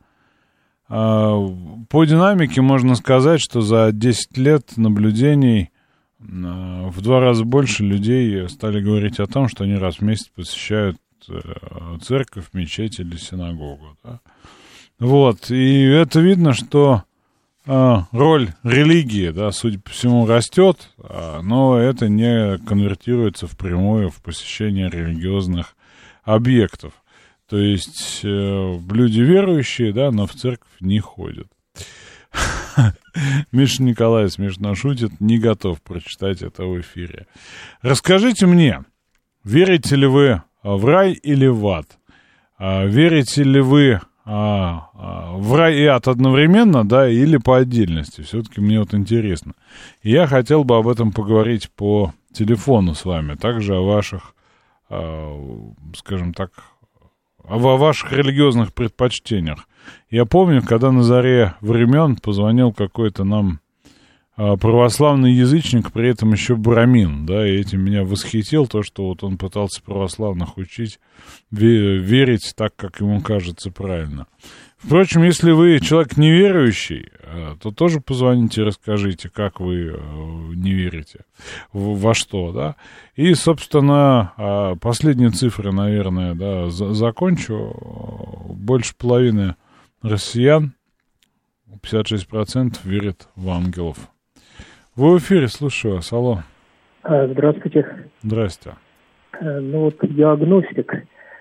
динамике можно сказать, что за 10 лет наблюдений в 2 раза больше людей стали говорить о том, что они раз в месяц посещают церковь, мечеть или синагогу. Да? Вот, и это видно, что роль религии, да, судя по всему, растет, но это не конвертируется впрямую в посещение религиозных объектов. То есть люди верующие, да, но в церковь не ходят. Миша Николаев смешно шутит, не готов прочитать это в эфире. Расскажите мне, верите ли вы в рай или в ад? Верите ли вы в рай и ад одновременно, да, или по отдельности? Все-таки мне вот интересно. И я хотел бы об этом поговорить по телефону с вами, также о ваших, скажем так, о ваших религиозных предпочтениях. Я помню, когда на заре времен позвонил какой-то нам православный язычник, при этом еще брамин, да, и этим меня восхитил, то, что вот он пытался православных учить верить так, как ему кажется правильно. Впрочем, если вы человек неверующий, то тоже позвоните и расскажите, как вы не верите, во что, да. И, собственно, последние цифры, наверное, да, закончу. Больше половины россиян, 56% верят в ангелов. Вы в эфире, слушаю вас, алло. Здравствуйте. Здрасте. Ну вот я агностик,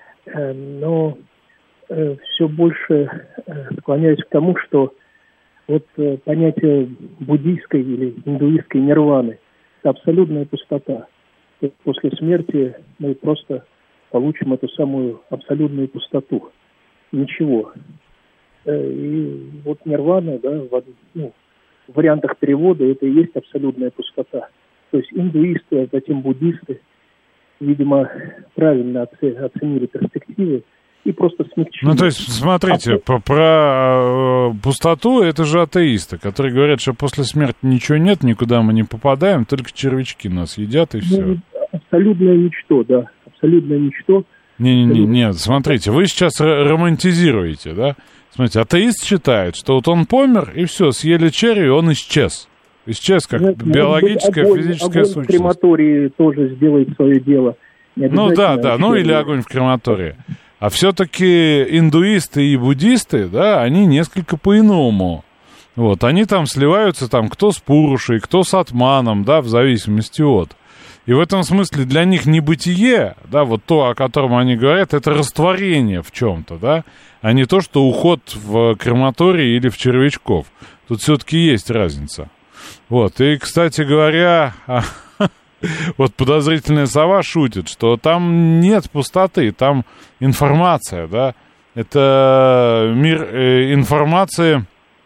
но все больше склоняюсь к тому, что вот понятие буддийской или индуистской нирваны – это абсолютная пустота. То есть после смерти мы просто получим эту самую абсолютную пустоту. Ничего. И вот нирвана, да, в вариантах перевода это и есть абсолютная пустота. То есть индуисты, а затем буддисты, видимо, правильно оценили перспективы и просто смягчили. Ну, то есть, смотрите, про пустоту это же атеисты, которые говорят, что после смерти ничего нет, никуда мы не попадаем, только червячки нас едят и все. Абсолютное ничто, да, абсолютное ничто. Не, смотрите, вы сейчас романтизируете, да? Смотрите, атеист считает, что вот он помер, и все, съели черви, и он исчез. Исчез как биологическая, физическая сущность. Огонь в крематории тоже сделает свое дело. Ну да, ну или огонь в крематории. А все-таки индуисты и буддисты, да, они несколько по-иному. Вот, они там сливаются, там, кто с Пурушей, кто с Атманом, да, в зависимости от. И в этом смысле для них небытие, да, вот то, о котором они говорят, это растворение в чем-то, да, а не то, что уход в крематорий или в червячков. Тут все-таки есть разница. Вот, и, кстати говоря, вот подозрительная сова шутит, что там нет пустоты, там информация, да, это мир информации,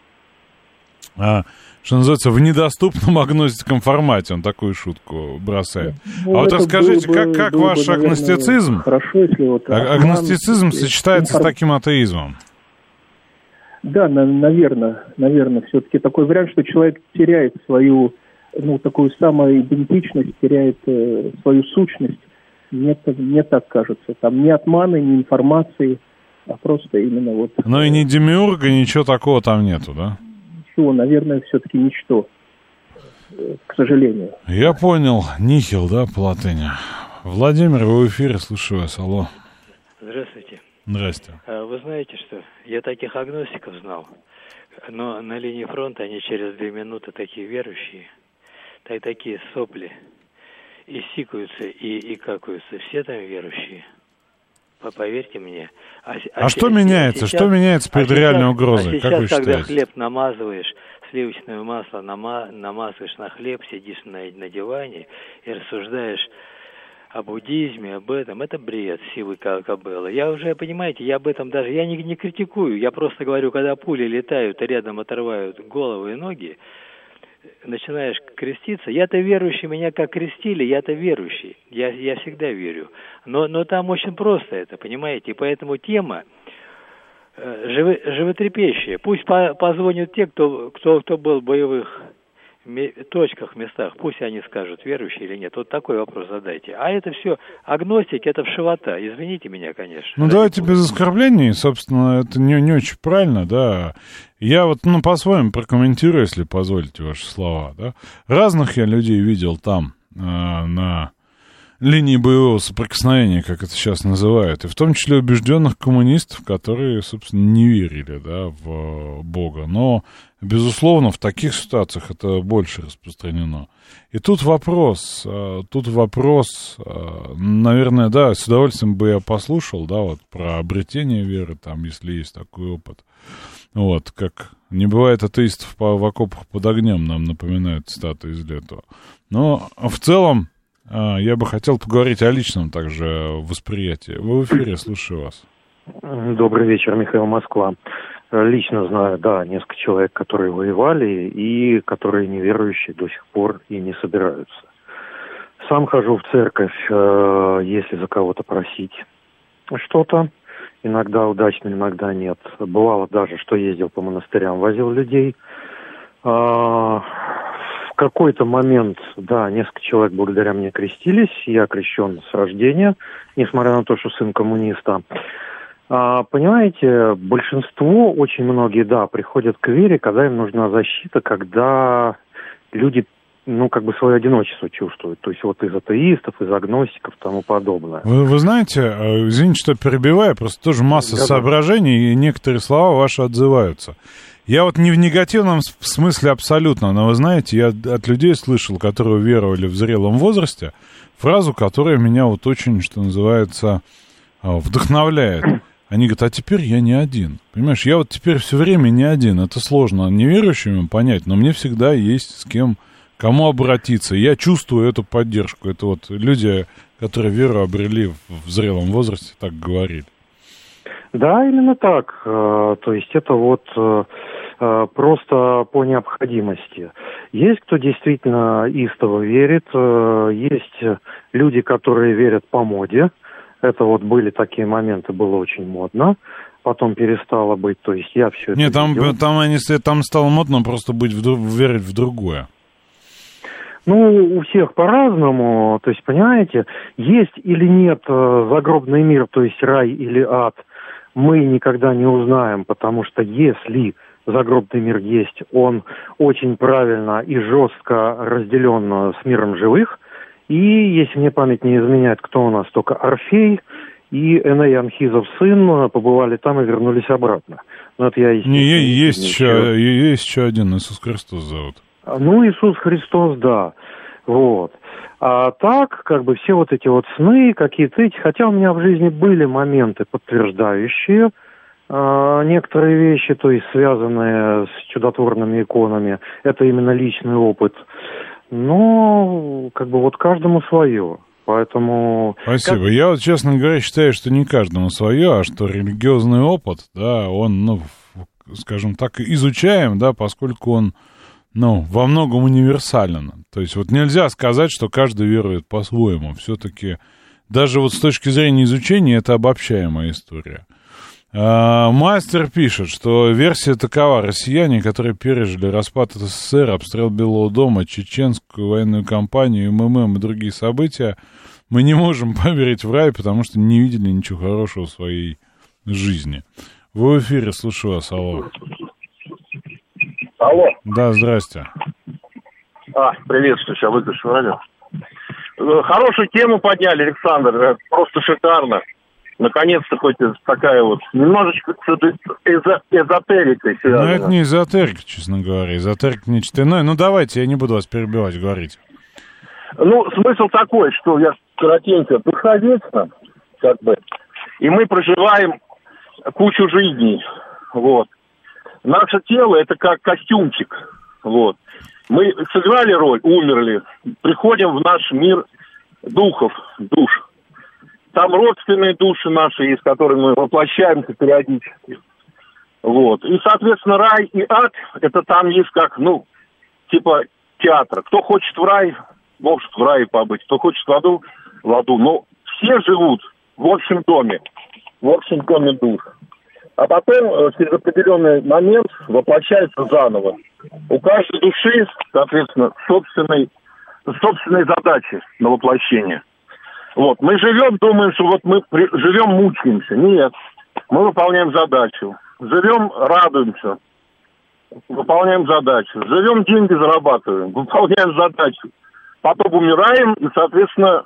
что называется, в недоступном агностиком формате, он такую шутку бросает. Ну, а вот расскажите, как ваш агностицизм, хорошо, если вот агностицизм сочетается с таким атеизмом? Да, наверное, все-таки такой вариант, что человек теряет свою, такую самоидентичность, теряет свою сущность. Мне так кажется. Там ни отманы, ни информации, а просто именно вот... Ну и ни демиурга, ничего такого там нету, да? Ничего, наверное, все-таки ничто, к сожалению. Я понял. Нихил, да, по латыни. Владимир, вы в эфире, слушаю вас, алло. Здравствуйте. Здрасте. Вы знаете, что я таких агностиков знал, но на линии фронта они через 2 минуты такие верующие, такие сопли, и сикаются, и какаются. Все там верующие. Поверьте мне. Что меняется? Что меняется перед реальной угрозой? Как вы считаете? Когда хлеб намазываешь, сливочное масло намазываешь на хлеб, сидишь на диване и рассуждаешь о буддизме, об этом, это бред сивой кобылы. Я уже, понимаете, я об этом даже, я не критикую, я просто говорю, когда пули летают и рядом отрывают головы и ноги, начинаешь креститься. Я-то верующий, меня как крестили, я-то верующий. Я всегда верю. Но там очень просто это, понимаете? И поэтому тема животрепещущая. Пусть позвонят те, кто был в боевых точках, местах. Пусть они скажут, верующие или нет. Вот такой вопрос задайте. А это все, агностики, это вшивота. Извините меня, конечно. Ну, давайте без оскорблений. Собственно, это не очень правильно, да. Я вот, по-своему прокомментирую, если позволите ваши слова, да. Разных я людей видел там, на линии боевого соприкосновения, как это сейчас называют, и в том числе убежденных коммунистов, которые, собственно, не верили, да, в Бога. Но, безусловно, в таких ситуациях это больше распространено. И тут вопрос, наверное, да, с удовольствием бы я послушал, да, вот про обретение веры, там, если есть такой опыт. Вот, как не бывает атеистов в окопах под огнем, нам напоминает цитата из Летова. Но в целом я бы хотел поговорить о личном также восприятии. Вы в эфире, слушаю вас. Добрый вечер, Михаил, Москва. Лично знаю, да, несколько человек, которые воевали и которые неверующие до сих пор и не собираются. Сам хожу в церковь, если за кого-то просить что-то. Иногда удачно, иногда нет. Бывало даже, что ездил по монастырям, возил людей. В какой-то момент, да, несколько человек благодаря мне крестились. Я крещен с рождения, несмотря на то, что сын коммуниста. Понимаете, большинство, очень многие, да, приходят к вере, когда им нужна защита, когда люди, свое одиночество чувствуют. То есть вот из атеистов, из агностиков и тому подобное. Вы знаете, извините, что перебиваю, просто тоже масса соображений, и некоторые слова ваши отзываются. Я вот не в негативном смысле абсолютно, но вы знаете, я от людей слышал, которые веровали в зрелом возрасте, фразу, которая меня вот очень, что называется, вдохновляет. Они говорят, а теперь я не один. Понимаешь, я вот теперь все время не один. Это сложно неверующим понять, но мне всегда есть с кому обратиться. Я чувствую эту поддержку. Это вот люди, которые веру обрели в зрелом возрасте, так говорили. Да, именно так. То есть это вот просто по необходимости. Есть кто действительно истово верит, есть люди, которые верят по моде. Это вот были такие моменты, было очень модно. Потом перестало быть, то есть я все это Нет, видел. там стало модно просто верить в другое. У всех по-разному, то есть, понимаете, есть или нет загробный мир, то есть рай или ад, мы никогда не узнаем, потому что если загробный мир есть, он очень правильно и жестко разделен с миром живых, и, если мне память не изменяет, кто у нас, только Орфей и Эней Анхизов сын побывали там и вернулись обратно. Но это я, есть еще один, Иисус Христос зовут. Иисус Христос, да. Вот. А так, все вот эти вот сны, какие-то эти, хотя у меня в жизни были моменты, подтверждающие некоторые вещи, то есть связанные с чудотворными иконами, это именно личный опыт. Но, вот каждому свое. Поэтому... Спасибо. Я вот, честно говоря, считаю, что не каждому свое, а что религиозный опыт, да, он, скажем так, изучаем, да, поскольку он, во многом универсален. То есть вот нельзя сказать, что каждый верует по-своему. Все-таки даже вот с точки зрения изучения это обобщаемая история. Мастер пишет, что версия такова: россияне, которые пережили распад СССР, обстрел Белого дома, чеченскую военную кампанию, МММ и другие события, мы не можем поверить в рай, потому что не видели ничего хорошего в своей жизни. Вы в эфире, слушаю вас, алло. Алло. Да, здрасте. Приветствую, сейчас выключу радио. Хорошую тему подняли, Александр, просто шикарно. Наконец-то хоть такая вот, немножечко эзотерикой связана. Это не эзотерика, честно говоря, эзотерика нечто иное. Давайте, я не буду вас перебивать, говорить. Смысл такой, что я коротенько духовечно, и мы проживаем кучу жизней, вот. Наше тело это как костюмчик, вот. Мы сыграли роль, умерли, приходим в наш мир духов, душ. Там родственные души наши есть, которые мы воплощаемся периодически. Вот. И, соответственно, рай и ад, это там есть как, типа театра. Кто хочет в рай, может в рае побыть. Кто хочет в аду, в аду. Но все живут в общем доме душ. А потом, через определенный момент, воплощается заново. У каждой души, соответственно, собственные задачи на воплощение. Вот, мы живем, думаем, что мы живем, мучаемся. Нет, мы выполняем задачу. Живем, радуемся. Выполняем задачу. Живем, деньги зарабатываем. Выполняем задачу. Потом умираем, и, соответственно,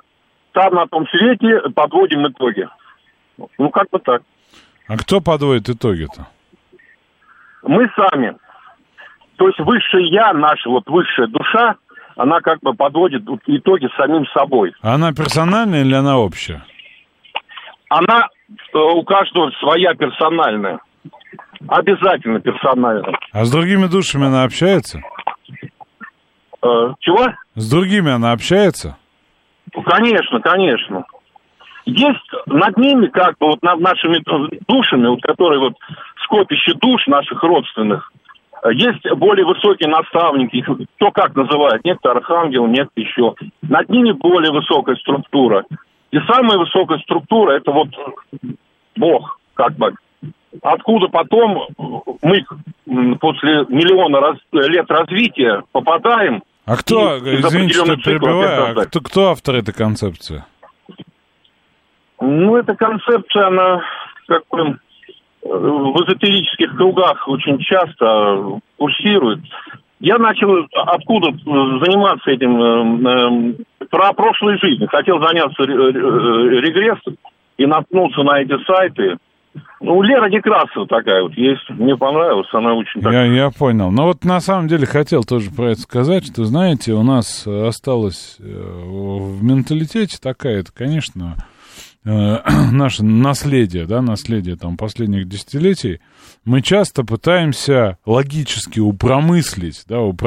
там на том свете подводим итоги. Ну, как бы так. А кто подводит итоги-то? Мы сами. То есть высшее я, наша вот высшая душа, она как бы подводит итоги самим собой. А она персональная или она общая? Она у каждого своя персональная. Обязательно персональная. А с другими душами она общается? Чего? С другими она общается? Конечно, конечно. Есть над ними, как бы вот над нашими душами, вот, которые вот скопище душ наших родственных, есть более высокие наставники, их кто как называет, некто архангел, некто еще. Над ними более высокая структура. И самая высокая структура — это вот Бог, как бы. Откуда потом мы после миллиона лет развития попадаем... А кто, извините, что перебиваю, кто автор этой концепции? Ну, эта концепция, она как бы в эзотерических кругах очень часто курсирует. Я начал откуда заниматься этим про прошлой жизни. Хотел заняться регрессом и наткнулся на эти сайты. Ну, Лера Некрасова такая вот есть. Мне понравилась, она очень... Я понял. Но вот на самом деле хотел тоже про это сказать, что, знаете, у нас осталось в менталитете такая, это, конечно... наше наследие, да, наследие там последних десятилетий, мы часто пытаемся логически упромыслить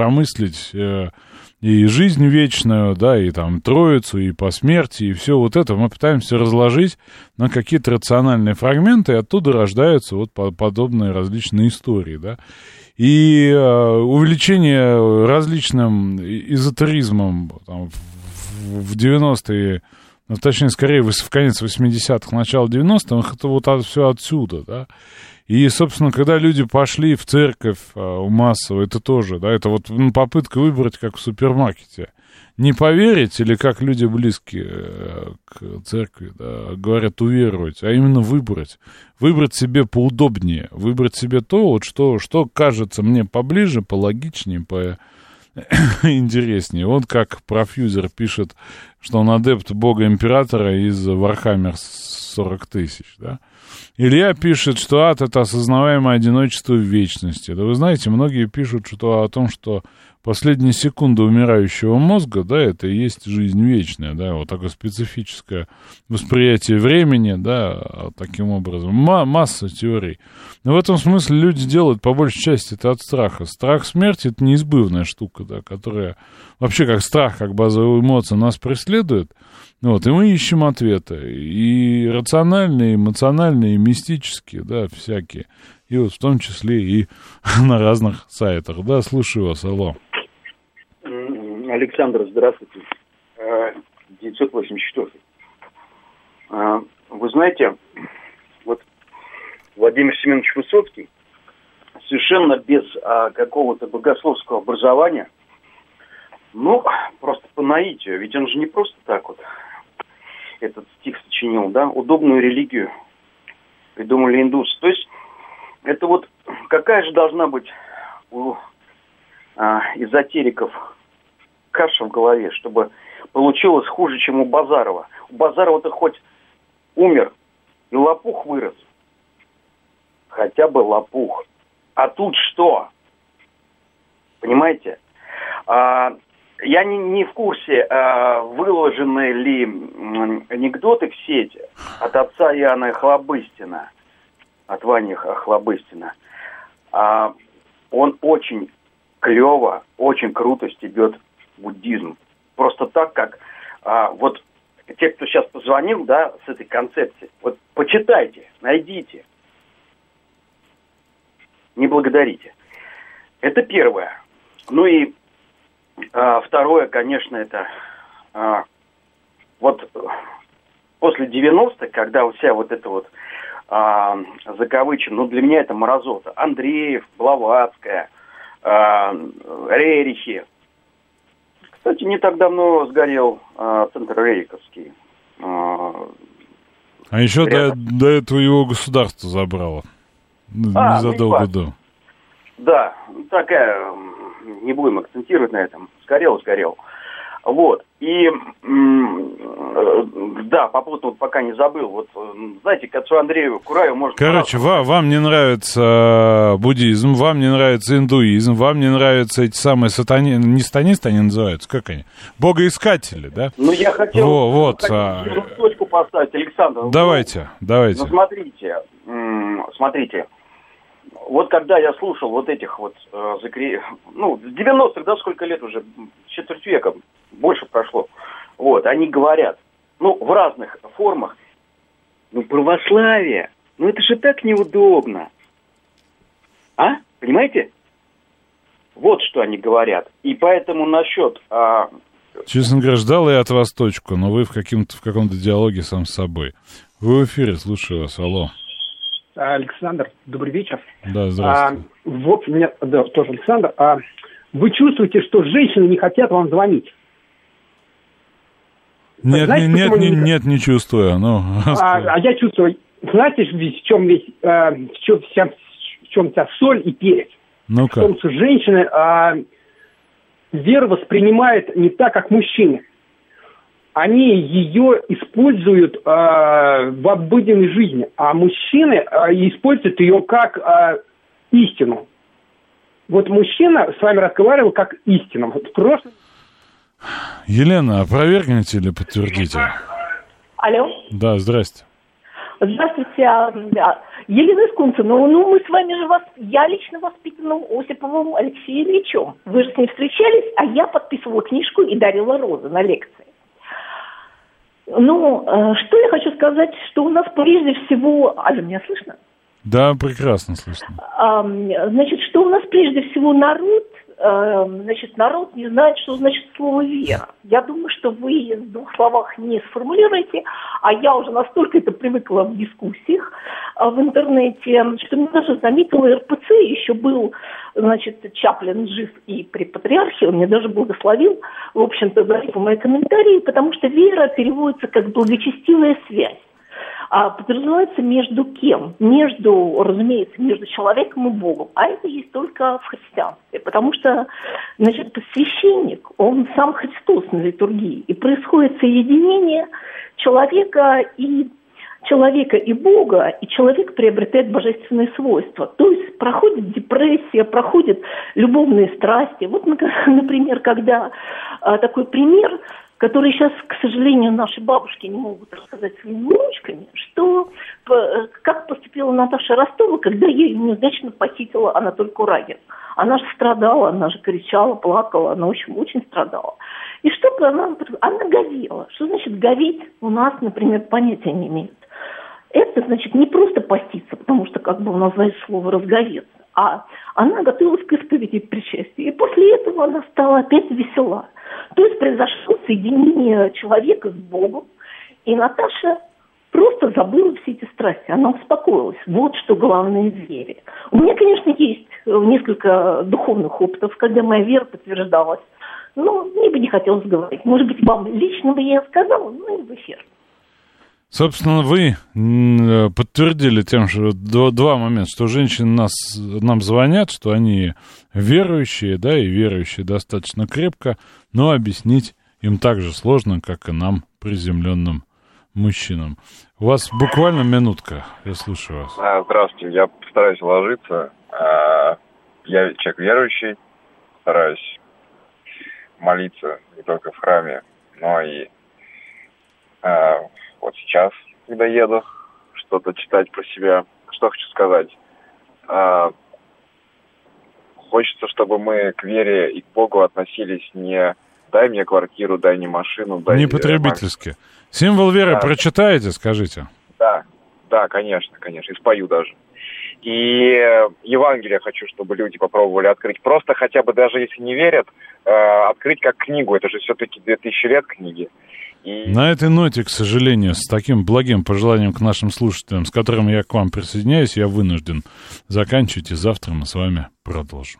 и жизнь вечную, да, и там Троицу, и посмертие, и все вот это мы пытаемся разложить на какие-то рациональные фрагменты, и оттуда рождаются вот подобные различные истории, да. И увеличение различным эзотеризмом там, в 90-е, ну, точнее, скорее, в конец 80-х, начало 90-х, это вот все отсюда, да. И, собственно, когда люди пошли в церковь массово, это тоже, да, это вот попытка выбрать, как в супермаркете. Не поверить, или как люди близкие к церкви, да, говорят, уверовать, а именно выбрать. Выбрать себе поудобнее, выбрать себе то, вот что кажется мне поближе, пологичнее, интереснее. Вот как Профьюзер пишет, что он адепт бога-императора из Warhammer 40 тысяч, да. Илья пишет, что ад — это осознаваемое одиночество в вечности. Да вы знаете, многие пишут о том, что последние секунды умирающего мозга, да, это и есть жизнь вечная, да, вот такое специфическое восприятие времени, да, таким образом. Масса теорий. Но в этом смысле люди делают по большей части это от страха. Страх смерти — это неизбывная штука, да, которая вообще как страх, как базовая эмоция нас преследует. Вот, и мы ищем ответы, и рациональные, и эмоциональные, и мистические, да, всякие. И вот в том числе и на разных сайтах. Да, слушаю вас, алло. Александр, здравствуйте. 984. Вы знаете, вот Владимир Семенович Высоцкий совершенно без какого-то богословского образования, ну, просто по наитию, ведь он же не просто так вот этот стих сочинил, да, удобную религию придумали индусы. То есть это вот какая же должна быть у эзотериков каша в голове, чтобы получилось хуже, чем у Базарова. У Базарова-то хоть умер и лопух вырос. Хотя бы лопух. А тут что? Понимаете? Я не в курсе, выложены ли анекдоты в сети от отца Иоанна Охлобыстина, от Вани Охлобыстина. Он очень клево, очень круто стебет буддизм. Просто так, как вот те, кто сейчас позвонил, да, с этой концепцией, вот почитайте, найдите. Не благодарите. Это первое. Ну и второе, конечно, это вот после 90-х, когда вся вот эта вот закавычена, ну для меня это мразота. Андреев, Блаватская, Рерихи. Кстати, не так давно сгорел центр Рериковский. А еще до этого его государство забрало. Незадолго до. Да, такая, не будем акцентировать на этом. Сгорел. Вот. И, да, по поводу, вот пока не забыл, вот, знаете, к отцу Андрею Кураеву можно... Короче, вам не нравится буддизм, вам не нравится индуизм, вам не нравятся эти самые не сатанисты они называются, как они? Богоискатели, да? Ну, я хотел точку поставить, Александр. Давайте. Ну, смотрите. Вот когда я слушал вот этих вот, в 90-х, да, сколько лет уже, четверть века, больше прошло, вот, они говорят, в разных формах, православие, это же так неудобно. А? Понимаете? Вот что они говорят. И поэтому насчет... Честно говоря, ждал я от вас точку, но вы в каком-то диалоге сам с собой. Вы в эфире, слушаю вас, алло. Александр, добрый вечер. Да, здравствуйте. Вот меня, тоже Александр. Вы чувствуете, что женщины не хотят вам звонить? Нет, знаете, не чувствую. Я чувствую. Знаете, в чем вся соль и перец? Ну-ка. В том, что женщины веру воспринимают не так, как мужчины. Они ее используют в обыденной жизни, а мужчины используют ее как истину. Вот мужчина с вами разговаривал как истину. Елена, опровергните или подтвердите? Алло. Да, здрасте. Здравствуйте, Елена Искунцева. Мы с вами же я лично воспитана Осиповым Алексеем Ильичем. Вы же с ней встречались, а я подписывала книжку и дарила розы на лекции. Что я хочу сказать, что у нас прежде всего... меня слышно? Да, прекрасно слышно. Что у нас прежде всего народ не знает, что значит слово «вера». Я думаю, что вы в двух словах не сформулируете, а я уже настолько это привыкла в дискуссиях в интернете, что меня даже заметила РПЦ, еще был, Чаплин жив и при патриархе, он мне даже благословил, в общем-то, за мои комментарии, потому что вера переводится как благочестивая связь. Подразумевается между кем? Разумеется, между человеком и Богом. А это есть только в христианстве. Потому что, священник, он сам Христос на литургии. И происходит соединение человека и Бога, и человек приобретает божественные свойства. То есть проходит депрессия, проходят любовные страсти. Вот, например, когда такой пример, который сейчас, к сожалению, наши бабушки не могут рассказать своими внучками, что как поступила Наташа Ростова, когда ее неудачно похитила Анатоль Курагин. Она же страдала, она же кричала, плакала, она очень страдала. И что она говела. Что значит говеть? У нас, например, понятия не имеют. Это значит не просто поститься, потому что у нас есть слово «разговеться», а она готовилась к исповеди и причастию. И после этого она стала опять весела. То есть произошло соединение человека с Богом, и Наташа просто забыла все эти страсти, она успокоилась. Вот что главное в вере. У меня, конечно, есть несколько духовных опытов, когда моя вера подтверждалась. Но мне бы не хотелось говорить. Может быть, вам лично бы я сказала, но не в эфир. Собственно, вы подтвердили тем, что два момента, что женщины нам звонят, что они верующие, да, и верующие достаточно крепко, но объяснить им так же сложно, как и нам, приземленным мужчинам. У вас буквально минутка, я слушаю вас. Здравствуйте, я постараюсь уложиться. Я человек верующий, стараюсь молиться не только в храме, но и вот сейчас, когда еду, что-то читать про себя. Что хочу сказать? Хочется, чтобы мы к вере и к Богу относились не «дай мне квартиру, дай мне машину». Дай не потребительски. Символ веры прочитаете, скажите? Да, конечно, и спою даже. И Евангелие хочу, чтобы люди попробовали открыть. Просто хотя бы, даже если не верят, открыть как книгу. Это же все-таки 2000 лет книги. На этой ноте, к сожалению, с таким благим пожеланием к нашим слушателям, с которым я к вам присоединяюсь, я вынужден заканчивать, и завтра мы с вами продолжим.